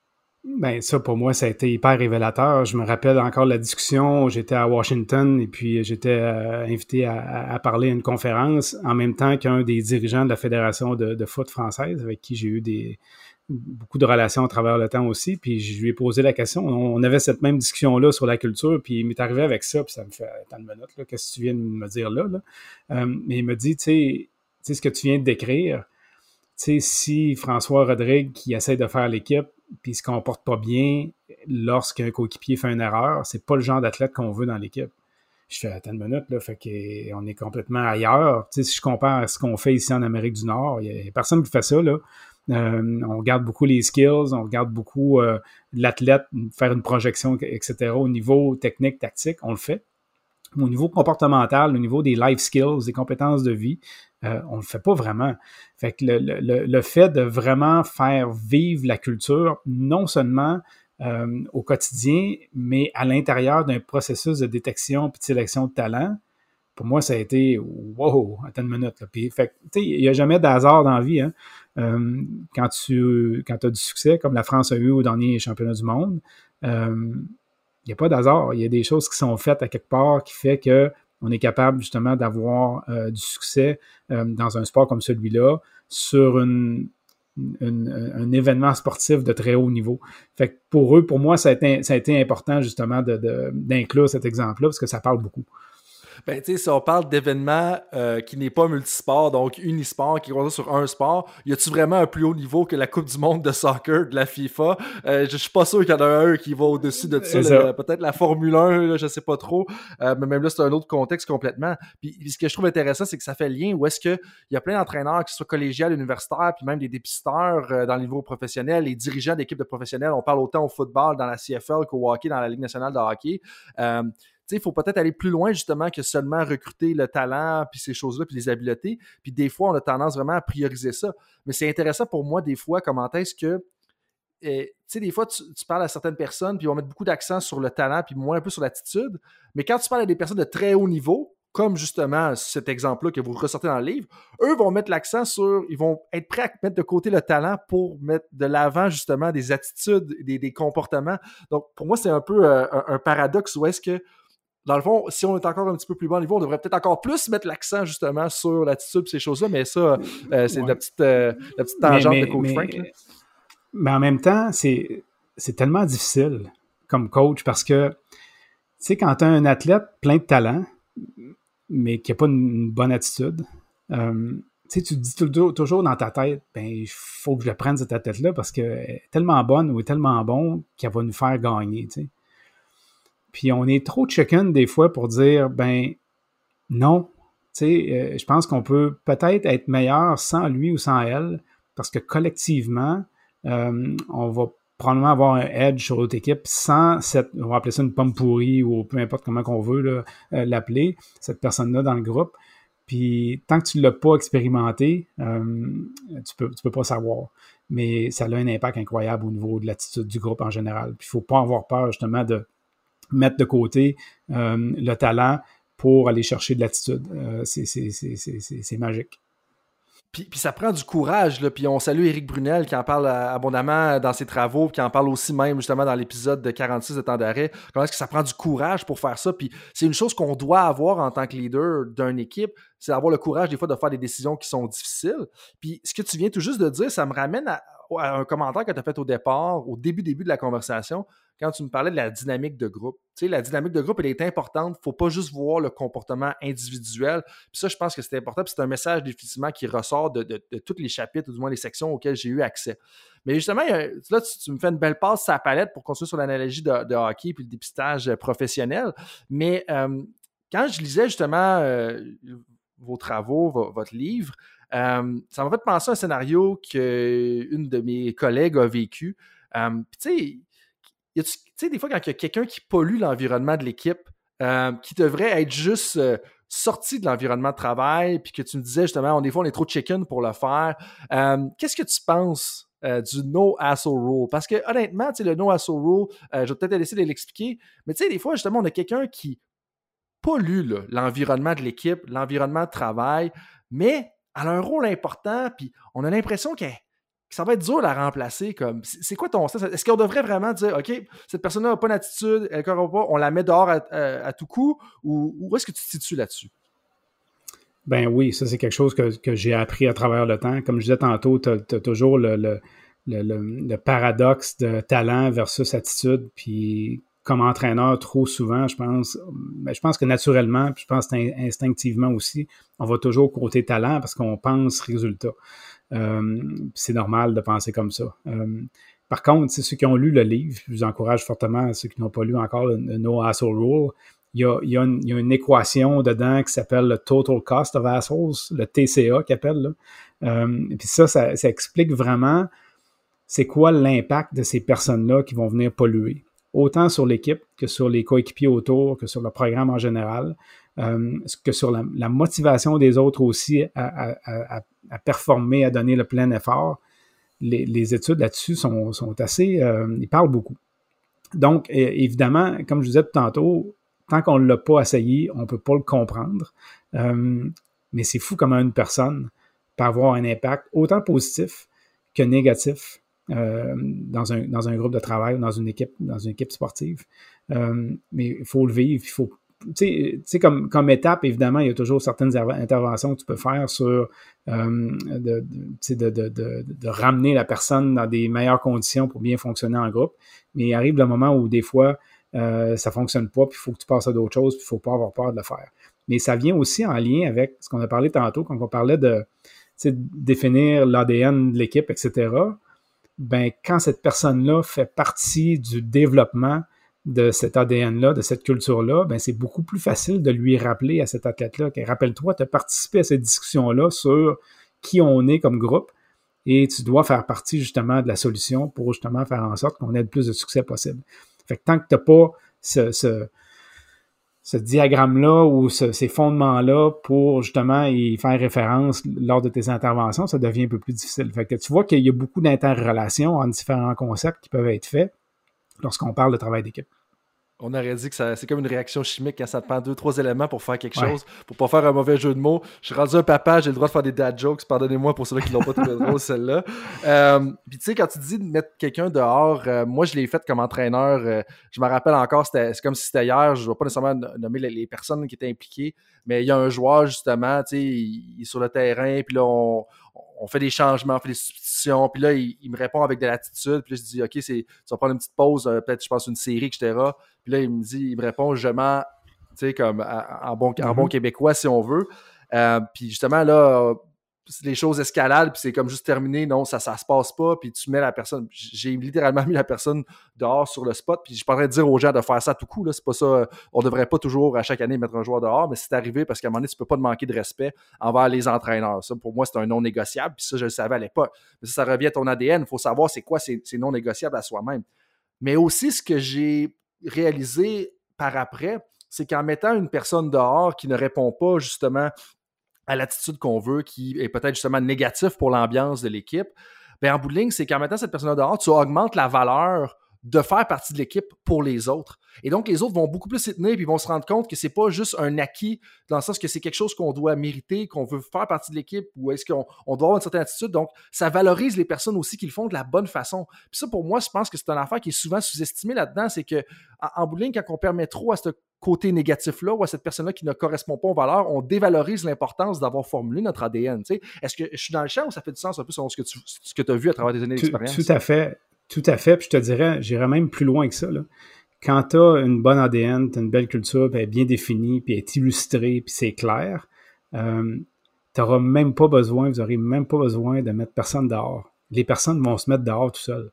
Ben ça, pour moi, ça a été hyper révélateur. Je me rappelle encore la discussion. J'étais à Washington et puis j'étais invité à parler à une conférence en même temps qu'un des dirigeants de la Fédération de foot française avec qui j'ai eu beaucoup de relations à travers le temps aussi. Puis je lui ai posé la question. On avait cette même discussion-là sur la culture, puis il m'est arrivé avec ça, puis ça me fait tant de minutes, là, qu'est-ce que tu viens de me dire là? Mais il me dit, tu sais, ce que tu viens de décrire, tu sais, si François Rodrigue, qui essaie de faire l'équipe, puis il se comporte pas bien lorsqu'un coéquipier fait une erreur, c'est pas le genre d'athlète qu'on veut dans l'équipe. Je fais, attends une minute, là, fait qu'on est complètement ailleurs. Tu sais, si je compare à ce qu'on fait ici en Amérique du Nord, il y a personne qui fait ça, là. On regarde beaucoup les skills, on regarde beaucoup l'athlète, faire une projection, etc. Au niveau technique, tactique, on le fait. Au niveau comportemental, au niveau des life skills, des compétences de vie, on le fait pas vraiment. Fait que le fait de vraiment faire vivre la culture, non seulement au quotidien, mais à l'intérieur d'un processus de détection et de sélection de talent, pour moi, ça a été « wow, attends une minute ». Puis, fait que, tu sais, il n'y a jamais de hasard dans la vie. Hein. Quand tu as du succès, comme la France a eu au dernier championnat du monde, il n'y a pas d'hasard. Il y a des choses qui sont faites à quelque part qui fait qu'on est capable justement d'avoir du succès dans un sport comme celui-là sur un événement sportif de très haut niveau. Fait que pour moi, ça a été important justement d'inclure cet exemple-là parce que ça parle beaucoup. Ben, tu sais, si on parle d'événements qui n'est pas multisport, donc unisport, qui est concentré sur un sport, y a-tu vraiment un plus haut niveau que la Coupe du monde de soccer de la FIFA? Je suis pas sûr qu'il y en a un qui va au-dessus de ça. Peut-être la Formule 1, là, je sais pas trop. Mais même là, c'est un autre contexte complètement. Puis ce que je trouve intéressant, c'est que ça fait lien où est-ce qu'il y a plein d'entraîneurs, qui soient collégiales, universitaires, puis même des dépisteurs dans le niveau professionnel, les dirigeants d'équipes de professionnels. On parle autant au football dans la CFL qu'au hockey dans la Ligue nationale de hockey. Il faut peut-être aller plus loin justement que seulement recruter le talent puis ces choses-là puis les habiletés. Puis des fois, on a tendance vraiment à prioriser ça. Mais c'est intéressant pour moi des fois comment est-ce que des fois, tu parles à certaines personnes puis ils vont mettre beaucoup d'accent sur le talent puis moins un peu sur l'attitude. Mais quand tu parles à des personnes de très haut niveau, comme justement cet exemple-là que vous ressortez dans le livre, eux vont mettre l'accent sur, ils vont être prêts à mettre de côté le talent pour mettre de l'avant justement des attitudes, des comportements. Donc, pour moi, c'est un peu un paradoxe où est-ce que dans le fond, si on est encore un petit peu plus bas au niveau, on devrait peut-être encore plus mettre l'accent justement sur l'attitude et ces choses-là, mais ça, c'est la petite tangente de Coach Frank. Là. Mais en même temps, c'est tellement difficile comme coach parce que, tu sais, quand tu as un athlète plein de talent, mais qui n'a pas une bonne attitude, tu sais, tu te dis toujours dans ta tête, ben, il faut que je prenne cette athlète-là parce qu'elle est tellement bonne ou est tellement bon qu'elle va nous faire gagner, tu sais. Puis on est trop chicken des fois pour dire, ben non, tu sais, je pense qu'on peut peut-être être meilleur sans lui ou sans elle, parce que collectivement, on va probablement avoir un edge sur l'autre équipe sans on va appeler ça une pomme pourrie ou peu importe comment qu'on veut là, l'appeler, cette personne-là dans le groupe. Puis tant que tu ne l'as pas expérimenté, tu peux pas savoir. Mais ça a un impact incroyable au niveau de l'attitude du groupe en général. Puis il ne faut pas avoir peur justement de mettre de côté le talent pour aller chercher de l'attitude. C'est magique. Puis ça prend du courage, là. Puis on salue Éric Brunel qui en parle abondamment dans ses travaux, qui en parle aussi même justement dans l'épisode de 46 de Temps d'arrêt. Comment est-ce que ça prend du courage pour faire ça? Puis c'est une chose qu'on doit avoir en tant que leader d'une équipe, c'est d'avoir le courage des fois de faire des décisions qui sont difficiles. Puis ce que tu viens tout juste de dire, ça me ramène à un commentaire que tu as fait au départ, au début de la conversation, quand tu me parlais de la dynamique de groupe. Tu sais, la dynamique de groupe, elle est importante. Il ne faut pas juste voir le comportement individuel. Puis ça, je pense que c'est important. Puis c'est un message définitivement qui ressort de tous les chapitres, ou du moins les sections auxquelles j'ai eu accès. Mais justement, là, tu me fais une belle passe sur la palette pour continuer sur l'analogie de hockey puis le dépistage professionnel. Mais quand je lisais justement vos travaux, votre livre, ça m'a fait penser à un scénario qu'une de mes collègues a vécu. Puis tu sais, des fois, quand il y a quelqu'un qui pollue l'environnement de l'équipe, qui devrait être juste sorti de l'environnement de travail, puis que tu me disais justement, des fois, on est trop chicken pour le faire. Qu'est-ce que tu penses du no hassle rule? Parce que honnêtement, le no hassle rule, je vais peut-être essayer de l'expliquer, mais tu sais, des fois, justement, on a quelqu'un qui pollue l'environnement de l'équipe, l'environnement de travail, mais elle a un rôle important, puis on a l'impression qu'elle ça va être dur de la remplacer. Comme, c'est quoi ton sens? Est-ce qu'on devrait vraiment dire, OK, cette personne-là n'a pas d'attitude, elle ne corrompt pas, on la met dehors à tout coup, ou où est-ce que tu te situes là-dessus? Ben oui, ça, c'est quelque chose que j'ai appris à travers le temps. Comme je disais tantôt, tu as toujours le paradoxe de talent versus attitude. Puis, comme entraîneur, trop souvent, je pense que naturellement, puis je pense instinctivement aussi, on va toujours côté talent parce qu'on pense résultat. C'est normal de penser comme ça. Par contre, ceux qui ont lu le livre, je vous encourage fortement, ceux qui n'ont pas lu encore le No Hassle Rule, il y a une équation dedans qui s'appelle le Total Cost of Hassles, le TCA qu'ils appellent. Puis ça explique vraiment c'est quoi l'impact de ces personnes-là qui vont venir polluer, autant sur l'équipe que sur les coéquipiers autour, que sur le programme en général, que sur la motivation des autres aussi à performer, à donner le plein effort. Les études là-dessus sont assez... ils parlent beaucoup. Donc, évidemment, comme je disais tout tantôt, tant qu'on ne l'a pas essayé, on ne peut pas le comprendre. Mais c'est fou comment une personne peut avoir un impact autant positif que négatif dans un groupe de travail ou dans une équipe sportive. Mais il faut le vivre, il faut... Tu sais, comme étape, évidemment, il y a toujours certaines interventions que tu peux faire sur de ramener la personne dans des meilleures conditions pour bien fonctionner en groupe. Mais il arrive le moment où des fois, ça ne fonctionne pas, puis il faut que tu passes à d'autres choses, puis il ne faut pas avoir peur de le faire. Mais ça vient aussi en lien avec ce qu'on a parlé tantôt, quand on parlait de définir l'ADN de l'équipe, etc. Ben, quand cette personne-là fait partie du développement de cet ADN-là, de cette culture-là, ben c'est beaucoup plus facile de lui rappeler à cet athlète-là que rappelle-toi, tu as participé à cette discussion-là sur qui on est comme groupe et tu dois faire partie justement de la solution pour justement faire en sorte qu'on ait le plus de succès possible. Fait que tant que tu n'as pas ce diagramme-là ou ces fondements-là pour justement y faire référence lors de tes interventions, ça devient un peu plus difficile. Fait que tu vois qu'il y a beaucoup d'interrelations entre différents concepts qui peuvent être faits lorsqu'on parle de travail d'équipe. On aurait dit que c'est comme une réaction chimique quand ça te prend 2-3 éléments pour faire quelque chose, pour pas faire un mauvais jeu de mots. Je suis rendu un papa, j'ai le droit de faire des dad jokes, pardonnez-moi pour ceux qui l'ont pas trouvé drôle, celle-là. Puis tu sais, quand tu dis de mettre quelqu'un dehors, moi je l'ai fait comme entraîneur, je me rappelle encore, c'est comme si c'était hier, je ne vais pas nécessairement nommer les personnes qui étaient impliquées, mais il y a un joueur justement, tu sais, il est sur le terrain, puis là on fait des changements, on fait des substitutions, puis là, il me répond avec de l'attitude, puis là, je dis, OK, tu vas prendre une petite pause, peut-être, je pense, une série, etc. Puis là, il me répond, tu sais, comme en bon québécois, si on veut. Puis justement, là, les choses escaladent, puis c'est comme juste terminé, non, ça se passe pas, puis tu mets la personne, j'ai littéralement mis la personne dehors sur le spot, puis je suis pas en train de dire aux gens de faire ça tout coup, là, c'est pas ça, on devrait pas toujours à chaque année mettre un joueur dehors, mais c'est arrivé parce qu'à un moment donné, tu peux pas te manquer de respect envers les entraîneurs, ça pour moi c'est un non négociable, puis ça je le savais à l'époque, mais ça revient à ton ADN, il faut savoir c'est quoi ces non négociables à soi-même. Mais aussi ce que j'ai réalisé par après, c'est qu'en mettant une personne dehors qui ne répond pas justement à l'attitude qu'on veut, qui est peut-être justement négatif pour l'ambiance de l'équipe, bien, en bout de ligne, c'est qu'en mettant cette personne dehors, tu augmentes la valeur de faire partie de l'équipe pour les autres. Et donc, les autres vont beaucoup plus s'y tenir puis ils vont se rendre compte que c'est pas juste un acquis dans le sens que c'est quelque chose qu'on doit mériter, qu'on veut faire partie de l'équipe ou est-ce qu'on doit avoir une certaine attitude. Donc, ça valorise les personnes aussi qui le font de la bonne façon. Puis ça, pour moi, je pense que c'est une affaire qui est souvent sous-estimée là-dedans, c'est que en bout de ligne, quand on permet trop à ce côté négatif-là ou à cette personne-là qui ne correspond pas aux valeurs, on dévalorise l'importance d'avoir formulé notre ADN. Tu sais. Est-ce que je suis dans le champ ou ça fait du sens un peu selon ce que tu as vu à travers tes années d'expérience? Tout à fait. Tout à fait. Puis je te dirais, j'irais même plus loin que ça. Là. Quand tu as une bonne ADN, tu as une belle culture, puis elle est bien définie, puis elle est illustrée, puis c'est clair, tu n'auras même pas besoin, vous n'aurez même pas besoin de mettre personne dehors. Les personnes vont se mettre dehors tout seuls.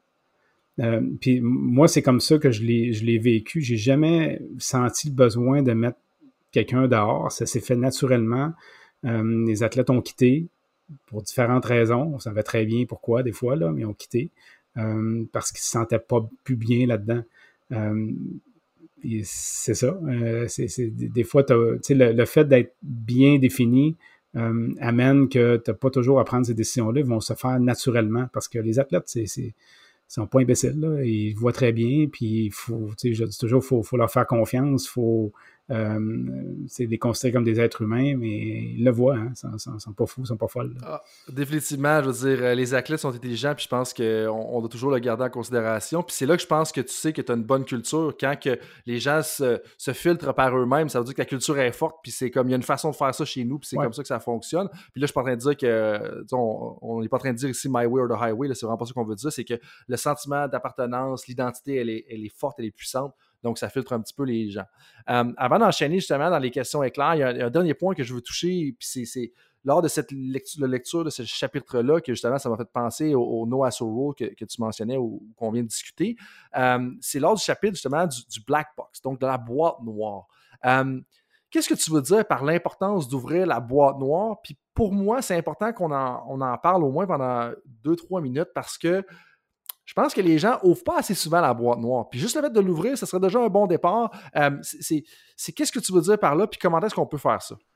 Puis moi, c'est comme ça que je l'ai vécu. J'ai jamais senti le besoin de mettre quelqu'un dehors. Ça s'est fait naturellement. Les athlètes ont quitté pour différentes raisons. On savait très bien pourquoi des fois, là, mais ils ont quitté parce qu'ils ne se sentaient pas plus bien là-dedans. Et c'est ça. Des fois, le fait d'être bien défini amène que tu n'as pas toujours à prendre ces décisions-là. Ils vont se faire naturellement parce que les athlètes, ils sont pas imbéciles, là. Ils voient très bien, puis je dis toujours, faut leur faire confiance, faut c'est des considérés comme des êtres humains, mais ils le voient, hein, ils sont pas fous, ils sont pas folles. Définitivement, je veux dire, les athlètes sont intelligents, puis je pense qu'on doit toujours le garder en considération. Puis c'est là que je pense que tu sais que tu as une bonne culture. Quand que les gens se filtrent par eux-mêmes, ça veut dire que la culture est forte, puis c'est comme, il y a une façon de faire ça chez nous, puis c'est comme ça que ça fonctionne. Puis là, je suis pas en train de dire que, on n'est pas en train de dire ici « my way or the highway », c'est vraiment pas ça qu'on veut dire, c'est que le sentiment d'appartenance, l'identité, elle est forte, elle est puissante. Donc, ça filtre un petit peu les gens. Avant d'enchaîner justement dans les questions éclairs, il y a un dernier point que je veux toucher, puis c'est lors de cette lecture de ce chapitre-là que justement, ça m'a fait penser au No Hassle Rule que tu mentionnais ou qu'on vient de discuter. C'est lors du chapitre justement du Black Box, donc de la boîte noire. Qu'est-ce que tu veux dire par l'importance d'ouvrir la boîte noire? Puis pour moi, c'est important qu'on en parle au moins pendant 2-3 minutes parce que je pense que les gens n'ouvrent pas assez souvent la boîte noire. Puis juste le fait de l'ouvrir, ce serait déjà un bon départ. C'est qu'est-ce que tu veux dire par là, puis comment est-ce qu'on peut faire ça?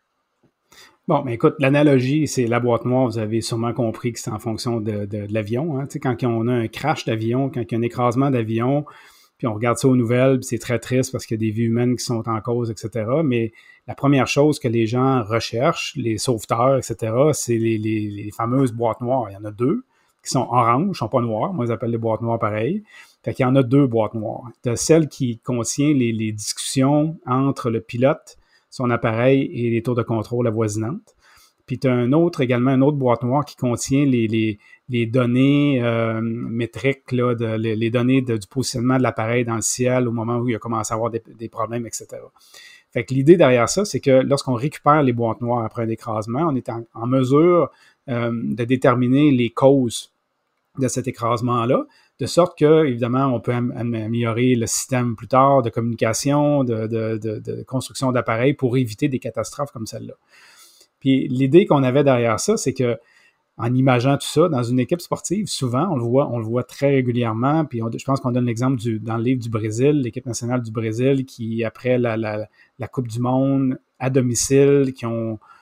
Bon, mais écoute, l'analogie, c'est la boîte noire. Vous avez sûrement compris que c'est en fonction de l'avion. Hein. Tu sais, quand on a un crash d'avion, quand il y a un écrasement d'avion, puis on regarde ça aux nouvelles, puis c'est très triste parce qu'il y a des vies humaines qui sont en cause, etc. Mais la première chose que les gens recherchent, les sauveteurs, etc., c'est les fameuses boîtes noires. Il y en a 2. Qui sont oranges, ne sont pas noires. Moi, ils appellent les boîtes noires pareil. Fait qu'il y en a 2 boîtes noires. Tu as celle qui contient les discussions entre le pilote, son appareil et les tours de contrôle avoisinantes. Puis tu as une autre boîte noire qui contient les données métriques, là, les données du positionnement de l'appareil dans le ciel au moment où il a commencé à avoir des problèmes, etc. Fait que l'idée derrière ça, c'est que lorsqu'on récupère les boîtes noires après un écrasement, on est en mesure de déterminer les causes de cet écrasement-là, de sorte que, évidemment, on peut améliorer le système plus tard de communication, de construction d'appareils pour éviter des catastrophes comme celle-là. Puis l'idée qu'on avait derrière ça, c'est que en imaginant tout ça, dans une équipe sportive, souvent, on le voit très régulièrement, puis je pense qu'on donne l'exemple dans le livre du Brésil, l'équipe nationale du Brésil, qui, après la Coupe du Monde, à domicile, qui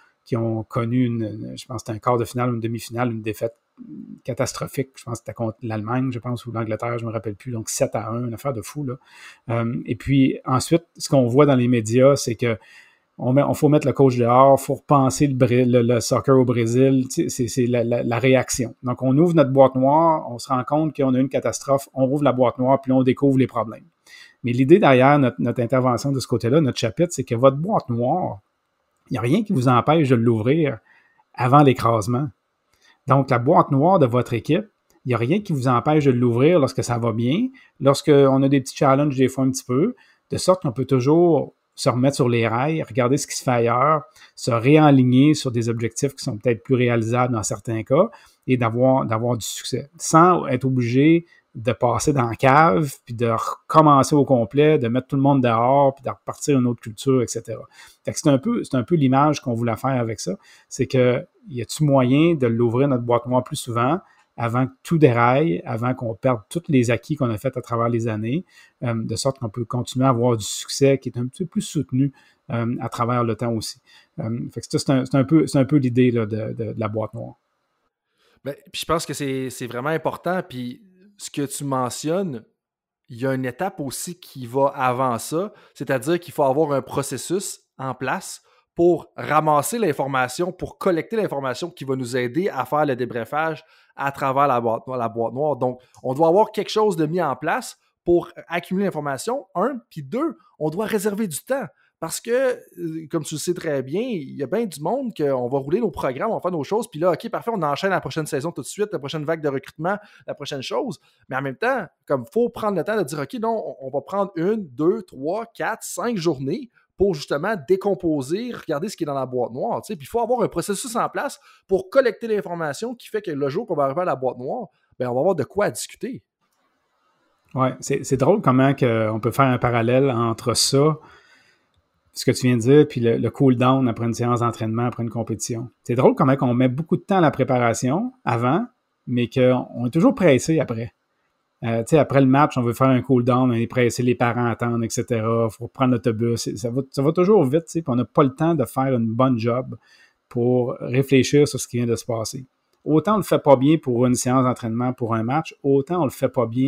ont connu je pense que c'était un quart de finale ou une demi-finale, une défaite catastrophique, je pense que c'était contre l'Allemagne, je pense, ou l'Angleterre, je ne me rappelle plus, donc 7-1, une affaire de fou, là. Et puis, ensuite, ce qu'on voit dans les médias, c'est que faut mettre le coach dehors, il faut repenser le soccer au Brésil, c'est la réaction. Donc, on ouvre notre boîte noire, on se rend compte qu'on a une catastrophe, on ouvre la boîte noire, puis là, on découvre les problèmes. Mais l'idée derrière notre intervention de ce côté-là, notre chapitre, c'est que votre boîte noire, il n'y a rien qui vous empêche de l'ouvrir avant l'écrasement. Donc, la boîte noire de votre équipe, il n'y a rien qui vous empêche de l'ouvrir lorsque ça va bien, lorsqu'on a des petits challenges des fois un petit peu, de sorte qu'on peut toujours se remettre sur les rails, regarder ce qui se fait ailleurs, se réaligner sur des objectifs qui sont peut-être plus réalisables dans certains cas et d'avoir du succès, sans être obligé de passer dans la cave, puis de recommencer au complet, de mettre tout le monde dehors, puis de repartir une autre culture, etc. Fait que c'est un peu l'image qu'on voulait faire avec ça, c'est que y a-t-il moyen de l'ouvrir notre boîte noire plus souvent avant que tout déraille, avant qu'on perde tous les acquis qu'on a fait à travers les années, de sorte qu'on peut continuer à avoir du succès qui est un petit peu plus soutenu à travers le temps aussi. Fait que c'est un peu l'idée là, de la boîte noire. Bien, puis je pense que c'est vraiment important. Puis ce que tu mentionnes, il y a une étape aussi qui va avant ça, c'est-à-dire qu'il faut avoir un processus en place pour ramasser l'information, pour collecter l'information qui va nous aider à faire le débriefage à travers la boîte noire. Donc, on doit avoir quelque chose de mis en place pour accumuler l'information. 1, puis 2, on doit réserver du temps. Parce que, comme tu le sais très bien, il y a bien du monde qu'on va rouler nos programmes, on va faire nos choses, puis là, OK, parfait, on enchaîne la prochaine saison tout de suite, la prochaine vague de recrutement, la prochaine chose. Mais en même temps, comme il faut prendre le temps de dire, OK, non, on va prendre 1, 2, 3, 4, 5 journées pour justement décomposer, regarder ce qui est dans la boîte noire. Puis il faut avoir un processus en place pour collecter l'information qui fait que le jour qu'on va arriver à la boîte noire, bien, on va avoir de quoi discuter. Oui, c'est drôle comment on peut faire un parallèle entre ça, ce que tu viens de dire, puis le cool-down après une séance d'entraînement, après une compétition. C'est drôle comment on met beaucoup de temps à la préparation avant, mais qu'on est toujours pressé après. Après le match, on veut faire un cool-down, on est pressé, les parents attendent, etc. Il faut prendre l'autobus. Ça va toujours vite, puis on n'a pas le temps de faire une bonne job pour réfléchir sur ce qui vient de se passer. Autant on le fait pas bien pour une séance d'entraînement, pour un match, autant on le fait pas bien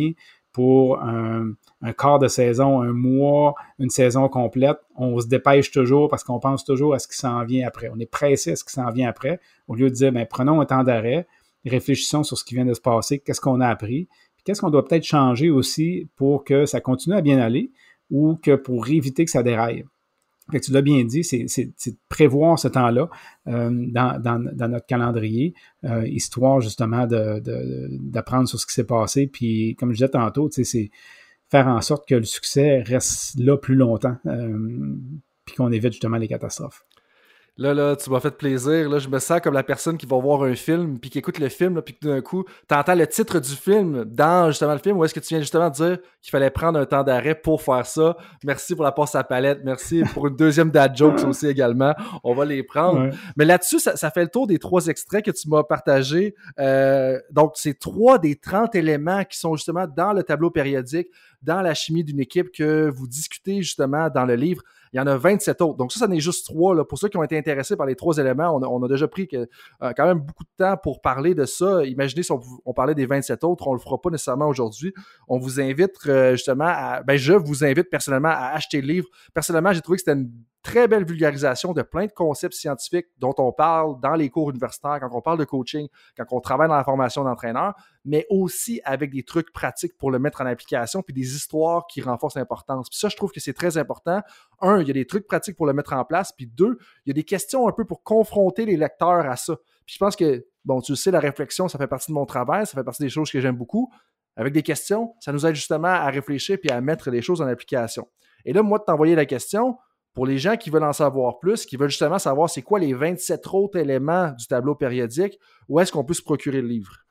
pour un quart de saison, un mois, une saison complète. On se dépêche toujours parce qu'on pense toujours à ce qui s'en vient après. On est pressé à ce qui s'en vient après, au lieu de dire, prenons un temps d'arrêt, réfléchissons sur ce qui vient de se passer, qu'est-ce qu'on a appris, puis qu'est-ce qu'on doit peut-être changer aussi pour que ça continue à bien aller ou que pour éviter que ça déraille. Fait que tu l'as bien dit, c'est de prévoir ce temps-là dans notre calendrier, histoire justement d'apprendre sur ce qui s'est passé. Puis, comme je disais tantôt, c'est faire en sorte que le succès reste là plus longtemps, puis qu'on évite justement les catastrophes. Là, tu m'as fait plaisir. Là, je me sens comme la personne qui va voir un film, puis qui écoute le film, là, puis que d'un coup, tu entends le titre du film dans justement le film, où est-ce que tu viens justement de dire qu'il fallait prendre un temps d'arrêt pour faire ça. Merci pour la passe à palette. Merci pour une deuxième dad jokes aussi également. On va les prendre. Ouais. Mais là-dessus, ça fait le tour des 3 extraits que tu m'as partagés. Donc, c'est 3 des 30 éléments qui sont justement dans le tableau périodique, dans la chimie d'une équipe que vous discutez justement dans le livre. Il y en a 27 autres. Donc ça n'est juste 3. Là. Pour ceux qui ont été intéressés par les 3 éléments, on a déjà pris quand même beaucoup de temps pour parler de ça. Imaginez si on parlait des 27 autres, on ne le fera pas nécessairement aujourd'hui. On vous invite justement je vous invite personnellement à acheter le livre. Personnellement, j'ai trouvé que c'était une très belle vulgarisation de plein de concepts scientifiques dont on parle dans les cours universitaires, quand on parle de coaching, quand on travaille dans la formation d'entraîneur, mais aussi avec des trucs pratiques pour le mettre en application, puis des histoires qui renforcent l'importance. Puis ça, je trouve que c'est très important. 1, il y a des trucs pratiques pour le mettre en place, puis 2, il y a des questions un peu pour confronter les lecteurs à ça. Puis je pense que, bon, tu le sais, la réflexion, ça fait partie de mon travail, ça fait partie des choses que j'aime beaucoup. Avec des questions, ça nous aide justement à réfléchir puis à mettre les choses en application. Et là, moi, de t'envoyer la question, pour les gens qui veulent en savoir plus, qui veulent justement savoir c'est quoi les 27 autres éléments du tableau périodique, où est-ce qu'on peut se procurer le livre?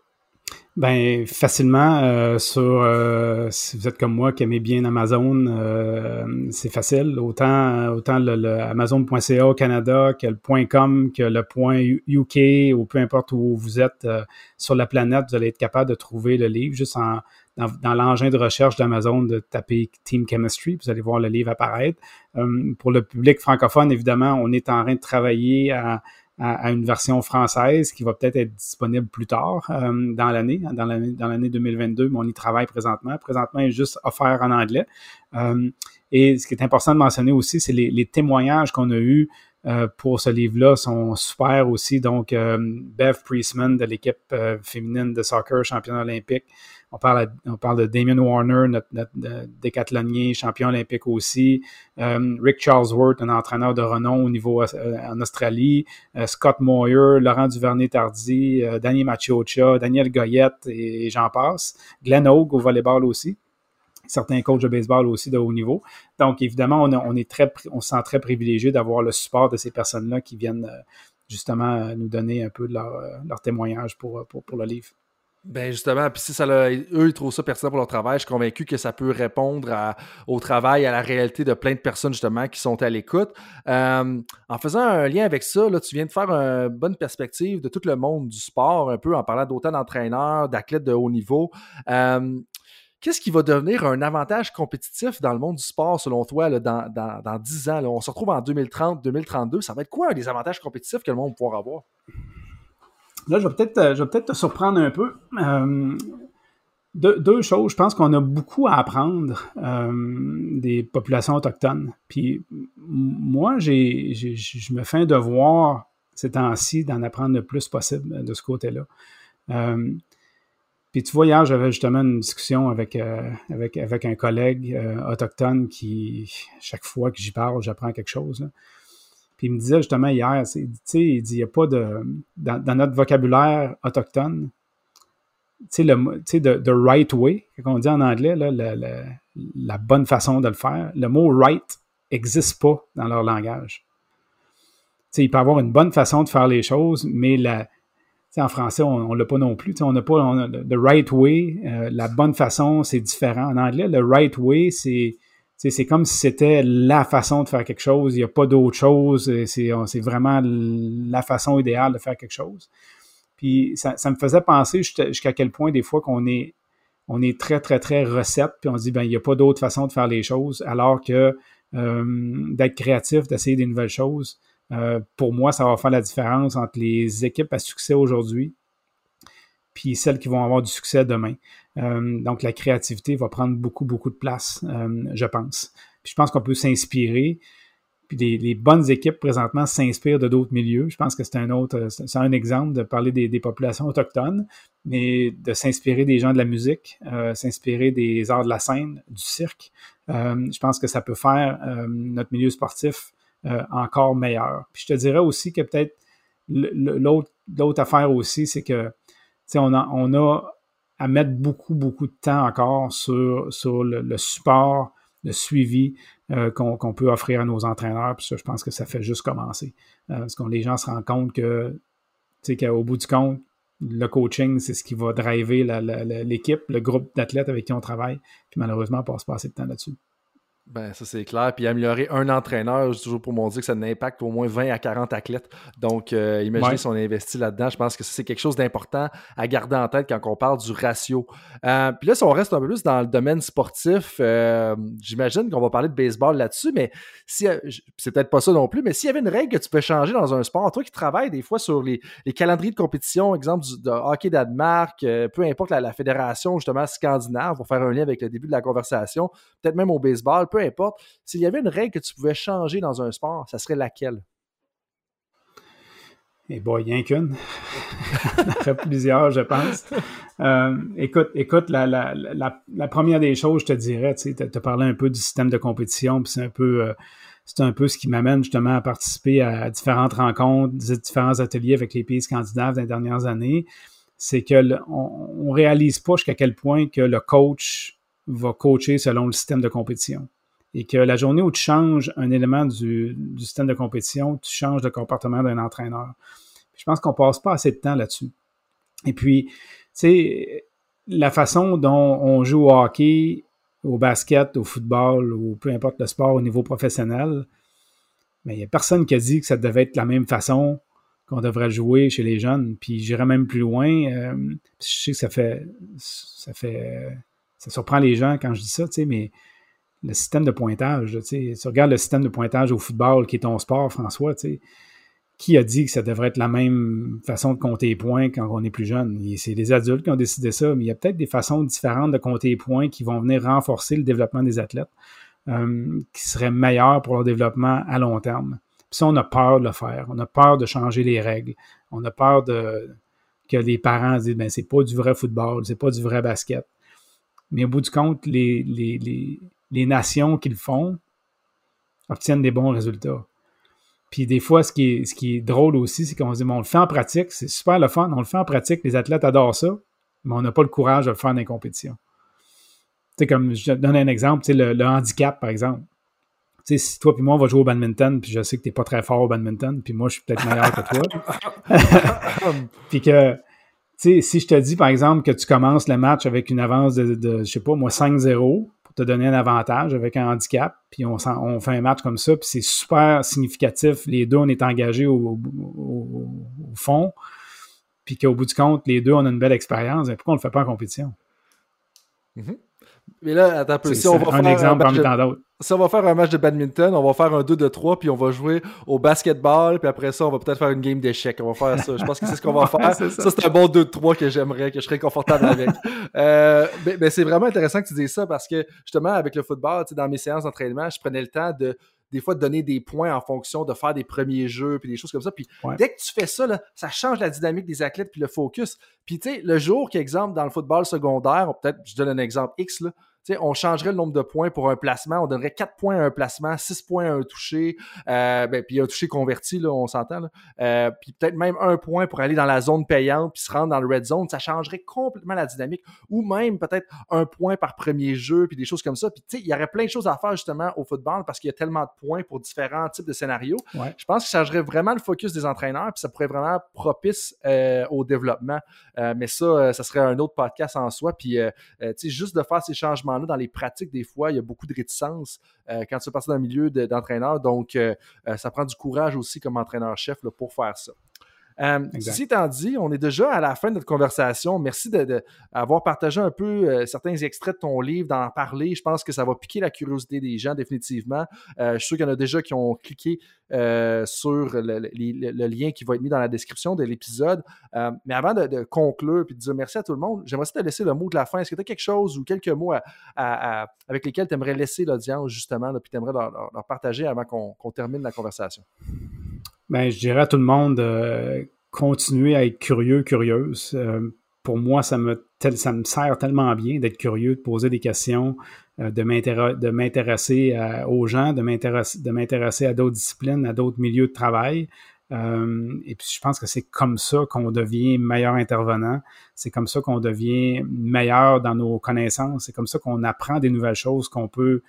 Facilement si vous êtes comme moi qui aimez bien Amazon, c'est facile. Autant le Amazon.ca au Canada que le .com, que le .uk ou peu importe où vous êtes sur la planète, vous allez être capable de trouver le livre juste dans l'engin de recherche d'Amazon, de taper Team Chemistry, vous allez voir le livre apparaître. Pour le public francophone, évidemment, on est en train de travailler à une version française qui va peut-être être disponible plus tard dans l'année 2022, mais on y travaille présentement. Présentement, il est juste offert en anglais. Et ce qui est important de mentionner aussi, c'est les témoignages qu'on a eus pour ce livre-là sont super aussi. Donc, Bev Priestman de l'équipe féminine de soccer, championne olympique. On parle de Damien Warner, notre décathlonien, champion olympique aussi. Rick Charlesworth, un entraîneur de renom au niveau en Australie. Scott Moyer, Laurent Duvernay-Tardy, Danny Maciocia, Daniel Goyette et j'en passe. Glenn Hogue au volleyball aussi. Certains coachs de baseball aussi de haut niveau. Donc, évidemment, on se sent très privilégié d'avoir le support de ces personnes-là qui viennent justement nous donner un peu de leur témoignage pour le livre. Ben justement, puis si eux, ils trouvent ça pertinent pour leur travail, je suis convaincu que ça peut répondre au travail, à la réalité de plein de personnes justement qui sont à l'écoute. En faisant un lien avec ça, là, tu viens de faire une bonne perspective de tout le monde du sport, un peu en parlant d'autant d'entraîneurs, d'athlètes de haut niveau. Qu'est-ce qui va devenir un avantage compétitif dans le monde du sport, selon toi, là, dans 10 ans? Là? On se retrouve en 2030, 2032. Ça va être quoi les avantages compétitifs que le monde va pouvoir avoir? Là, je vais peut-être te surprendre un peu. Deux choses. Je pense qu'on a beaucoup à apprendre des populations autochtones. Puis moi, je me fais un devoir ces temps-ci d'en apprendre le plus possible de ce côté-là. Puis tu vois, hier, j'avais justement une discussion avec un collègue autochtone qui, chaque fois que j'y parle, j'apprends quelque chose. Là. Puis il me disait justement hier, il dit, il n'y a pas dans notre vocabulaire autochtone, the right way, comme on dit en anglais, là, la bonne façon de le faire, le mot right n'existe pas dans leur langage. Il peut y avoir une bonne façon de faire les choses, mais en français, on ne l'a pas non plus. On n'a pas the right way, la bonne façon, c'est différent. En anglais, le right way, c'est comme si c'était la façon de faire quelque chose. Il n'y a pas d'autre chose. C'est vraiment la façon idéale de faire quelque chose. Puis ça me faisait penser jusqu'à quel point des fois qu'on est très, très, très recette, puis on se dit, il n'y a pas d'autre façon de faire les choses, alors que d'être créatif, d'essayer des nouvelles choses, pour moi, ça va faire la différence entre les équipes à succès aujourd'hui puis celles qui vont avoir du succès demain. Donc, la créativité va prendre beaucoup, beaucoup de place, je pense. Puis je pense qu'on peut s'inspirer. Puis les bonnes équipes, présentement, s'inspirent de d'autres milieux. Je pense que c'est un exemple de parler des populations autochtones, mais de s'inspirer des gens de la musique, s'inspirer des arts de la scène, du cirque. Je pense que ça peut faire notre milieu sportif encore meilleur. Puis je te dirais aussi que peut-être l'autre affaire aussi, c'est que on a à mettre beaucoup, beaucoup de temps encore sur le support, le suivi qu'on peut offrir à nos entraîneurs. Puis ça, je pense que ça fait juste commencer. Parce que les gens se rendent compte qu'au bout du compte, le coaching, c'est ce qui va driver l'équipe, le groupe d'athlètes avec qui on travaille. Puis malheureusement, on passe pas assez de temps là-dessus. Ben, ça, c'est clair. Puis améliorer un entraîneur, j'ai toujours pour mon dire que ça impacte au moins 20 à 40 athlètes. Donc, imaginez si on investit là-dedans. Je pense que c'est quelque chose d'important à garder en tête quand on parle du ratio. Puis là, si on reste un peu plus dans le domaine sportif, j'imagine qu'on va parler de baseball là-dessus, mais c'est peut-être pas ça non plus, mais s'il y avait une règle que tu peux changer dans un sport, toi qui travailles des fois sur les calendriers de compétition, exemple de hockey Danemark, peu importe la fédération justement scandinave, pour faire un lien avec le début de la conversation, peut-être même au baseball, peu importe, s'il y avait une règle que tu pouvais changer dans un sport, ça serait laquelle? Eh bien, il n'y en a qu'une. Il y en aurait plusieurs, je pense. Écoute, la première des choses, je te dirais, tu as parlé un peu du système de compétition, puis c'est un peu ce qui m'amène justement à participer à différentes rencontres, différents ateliers avec les pays scandinaves dans les dernières années. C'est que on réalise pas jusqu'à quel point que le coach va coacher selon le système de compétition. Et que la journée où tu changes un élément du système de compétition, tu changes le comportement d'un entraîneur. Puis je pense qu'on passe pas assez de temps là-dessus. Et puis, tu sais, la façon dont on joue au hockey, au basket, au football, ou peu importe le sport au niveau professionnel, mais il n'y a personne qui a dit que ça devait être la même façon qu'on devrait jouer chez les jeunes. Puis j'irais même plus loin. Je sais que ça surprend les gens quand je dis ça, tu sais, mais le système de pointage, tu regardes le système de pointage au football qui est ton sport, François, qui a dit que ça devrait être la même façon de compter les points quand on est plus jeune? C'est les adultes qui ont décidé ça, mais il y a peut-être des façons différentes de compter les points qui vont venir renforcer le développement des athlètes, qui seraient meilleurs pour leur développement à long terme. Puis ça, on a peur de le faire. On a peur de changer les règles. On a peur que les parents disent « c'est pas du vrai football, c'est pas du vrai basket ». Mais au bout du compte, les nations qui le font obtiennent des bons résultats. Puis des fois, ce qui est drôle aussi, c'est qu'on se dit, on le fait en pratique, c'est super le fun, on le fait en pratique, les athlètes adorent ça, mais on n'a pas le courage de le faire dans les compétitions. Tu sais, comme je te donne un exemple, tu sais, le handicap, par exemple. Tu sais, si toi puis moi, on va jouer au badminton, puis je sais que tu n'es pas très fort au badminton, puis moi, je suis peut-être meilleur que toi. Puis que, tu sais, si je te dis, par exemple, que tu commences le match avec une avance de je sais pas, moi, 5-0, te donner un avantage avec un handicap, puis on fait un match comme ça, puis c'est super significatif. Les deux, on est engagés au fond, puis qu'au bout du compte, les deux, on a une belle expérience. Pourquoi on ne le fait pas en compétition? Mm-hmm. Mais là, attends un peu. Si on va faire un exemple parmi tant d'autres. Si on va faire un match de badminton, on va faire un 2-3, puis on va jouer au basketball, puis après ça, on va peut-être faire une game d'échecs. On va faire ça. Je pense que c'est ce qu'on va faire. Ça, c'est un bon 2-3 que j'aimerais, que je serais confortable avec. Mais c'est vraiment intéressant que tu dises ça parce que, justement, avec le football, dans mes séances d'entraînement, je prenais le temps des fois de donner des points en fonction de faire des premiers jeux puis des choses comme ça. Puis dès que tu fais ça, là, ça change la dynamique des athlètes puis le focus. Puis tu sais, le jour qu'exemple dans le football secondaire, peut-être, je donne un exemple X, là, on changerait le nombre de points pour un placement. On donnerait 4 points à un placement, 6 points à un touché, puis un touché converti, là, on s'entend. Là. Puis peut-être même 1 point pour aller dans la zone payante puis se rendre dans le red zone. Ça changerait complètement la dynamique. Ou même peut-être 1 point par premier jeu puis des choses comme ça. Puis tu sais, il y aurait plein de choses à faire justement au football parce qu'il y a tellement de points pour différents types de scénarios. Ouais. Je pense que ça changerait vraiment le focus des entraîneurs puis ça pourrait vraiment propice au développement. Mais ça serait un autre podcast en soi. Puis tu sais, juste de faire ces changements dans les pratiques, des fois, il y a beaucoup de réticence quand tu fais partie d'un milieu d'entraîneur. Donc, ça prend du courage aussi comme entraîneur-chef là, pour faire ça. Ceci étant dit, on est déjà à la fin de notre conversation. Merci d'avoir partagé un peu certains extraits de ton livre, d'en parler. Je pense que ça va piquer la curiosité des gens définitivement. Je suis sûr qu'il y en a déjà qui ont cliqué sur le lien qui va être mis dans la description de l'épisode. Mais avant de conclure et de dire merci à tout le monde, j'aimerais te laisser le mot de la fin. Est-ce que tu as quelque chose ou quelques mots avec lesquels tu aimerais laisser l'audience justement, puis tu aimerais leur partager avant qu'on termine la conversation? Ben, je dirais à tout le monde, continuer à être curieux, curieuse. Pour moi, ça me sert tellement bien d'être curieux, de poser des questions, de m'intéresser aux gens, de m'intéresser à d'autres disciplines, à d'autres milieux de travail. Et puis, je pense que c'est comme ça qu'on devient meilleur intervenant. C'est comme ça qu'on devient meilleur dans nos connaissances. C'est comme ça qu'on apprend des nouvelles choses, qu'on peut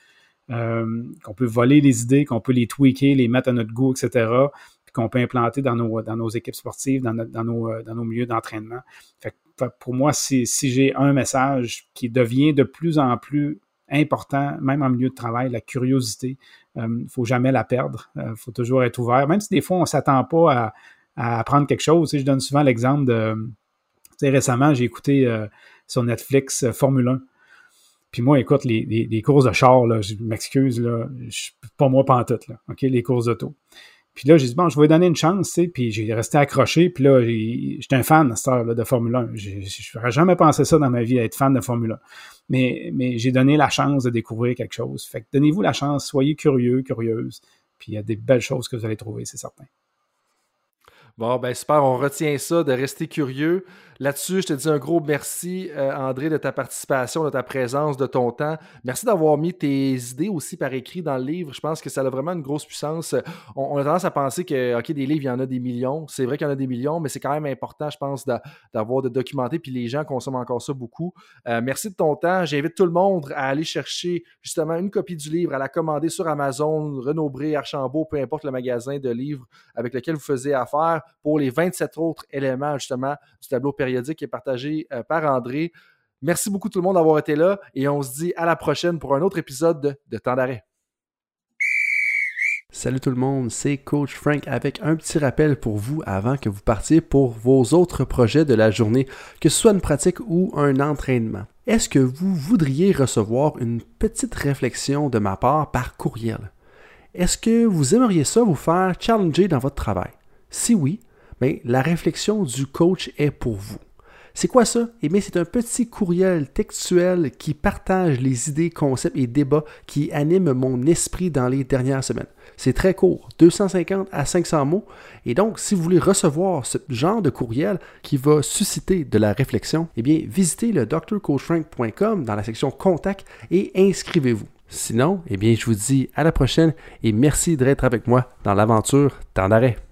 voler les idées, qu'on peut les tweaker, les mettre à notre goût, etc., puis qu'on peut implanter dans nos équipes sportives, dans nos milieux d'entraînement. Fait que pour moi, si j'ai un message qui devient de plus en plus important, même en milieu de travail, la curiosité, il ne faut jamais la perdre. Il faut toujours être ouvert. Même si des fois, on ne s'attend pas à apprendre quelque chose. Tu sais, je donne souvent l'exemple de... Tu sais, récemment, j'ai écouté sur Netflix Formule 1. Puis moi, écoute, les courses de char, là, je m'excuse, là, pas moi pantoute, là, OK, les courses d'auto. Puis là, j'ai dit, bon, je vais lui donner une chance, tu sais, puis j'ai resté accroché, puis là, j'étais un fan à cette heure-là de Formule 1. Je n'aurais jamais pensé ça dans ma vie, être fan de Formule 1. Mais j'ai donné la chance de découvrir quelque chose. Fait que donnez-vous la chance, soyez curieux, curieuse, puis il y a des belles choses que vous allez trouver, c'est certain. Bon, ben super, on retient ça, de rester curieux. Là-dessus, je te dis un gros merci, André, de ta participation, de ta présence, de ton temps. Merci d'avoir mis tes idées aussi par écrit dans le livre. Je pense que ça a vraiment une grosse puissance. On a tendance à penser que, OK, des livres, il y en a des millions. C'est vrai qu'il y en a des millions, mais c'est quand même important, je pense, d'avoir de documenter, puis les gens consomment encore ça beaucoup. Merci de ton temps. J'invite tout le monde à aller chercher justement une copie du livre, à la commander sur Amazon, Renaud-Bré, Archambault, peu importe le magasin de livres avec lequel vous faisiez affaire, pour les 27 autres éléments, justement, du tableau périodique qui est partagé par André. Merci beaucoup tout le monde d'avoir été là et on se dit à la prochaine pour un autre épisode de Temps d'arrêt. Salut tout le monde, c'est Coach Frank avec un petit rappel pour vous avant que vous partiez pour vos autres projets de la journée, que ce soit une pratique ou un entraînement. Est-ce que vous voudriez recevoir une petite réflexion de ma part par courriel? Est-ce que vous aimeriez ça vous faire challenger dans votre travail? Si oui, bien, la réflexion du coach est pour vous. C'est quoi ça? Eh bien, c'est un petit courriel textuel qui partage les idées, concepts et débats qui animent mon esprit dans les dernières semaines. C'est très court, 250 à 500 mots. Et donc, si vous voulez recevoir ce genre de courriel qui va susciter de la réflexion, eh bien, visitez le drcoachfrank.com dans la section Contact et inscrivez-vous. Sinon, eh bien, je vous dis à la prochaine et merci d'être avec moi dans l'aventure Temps d'arrêt.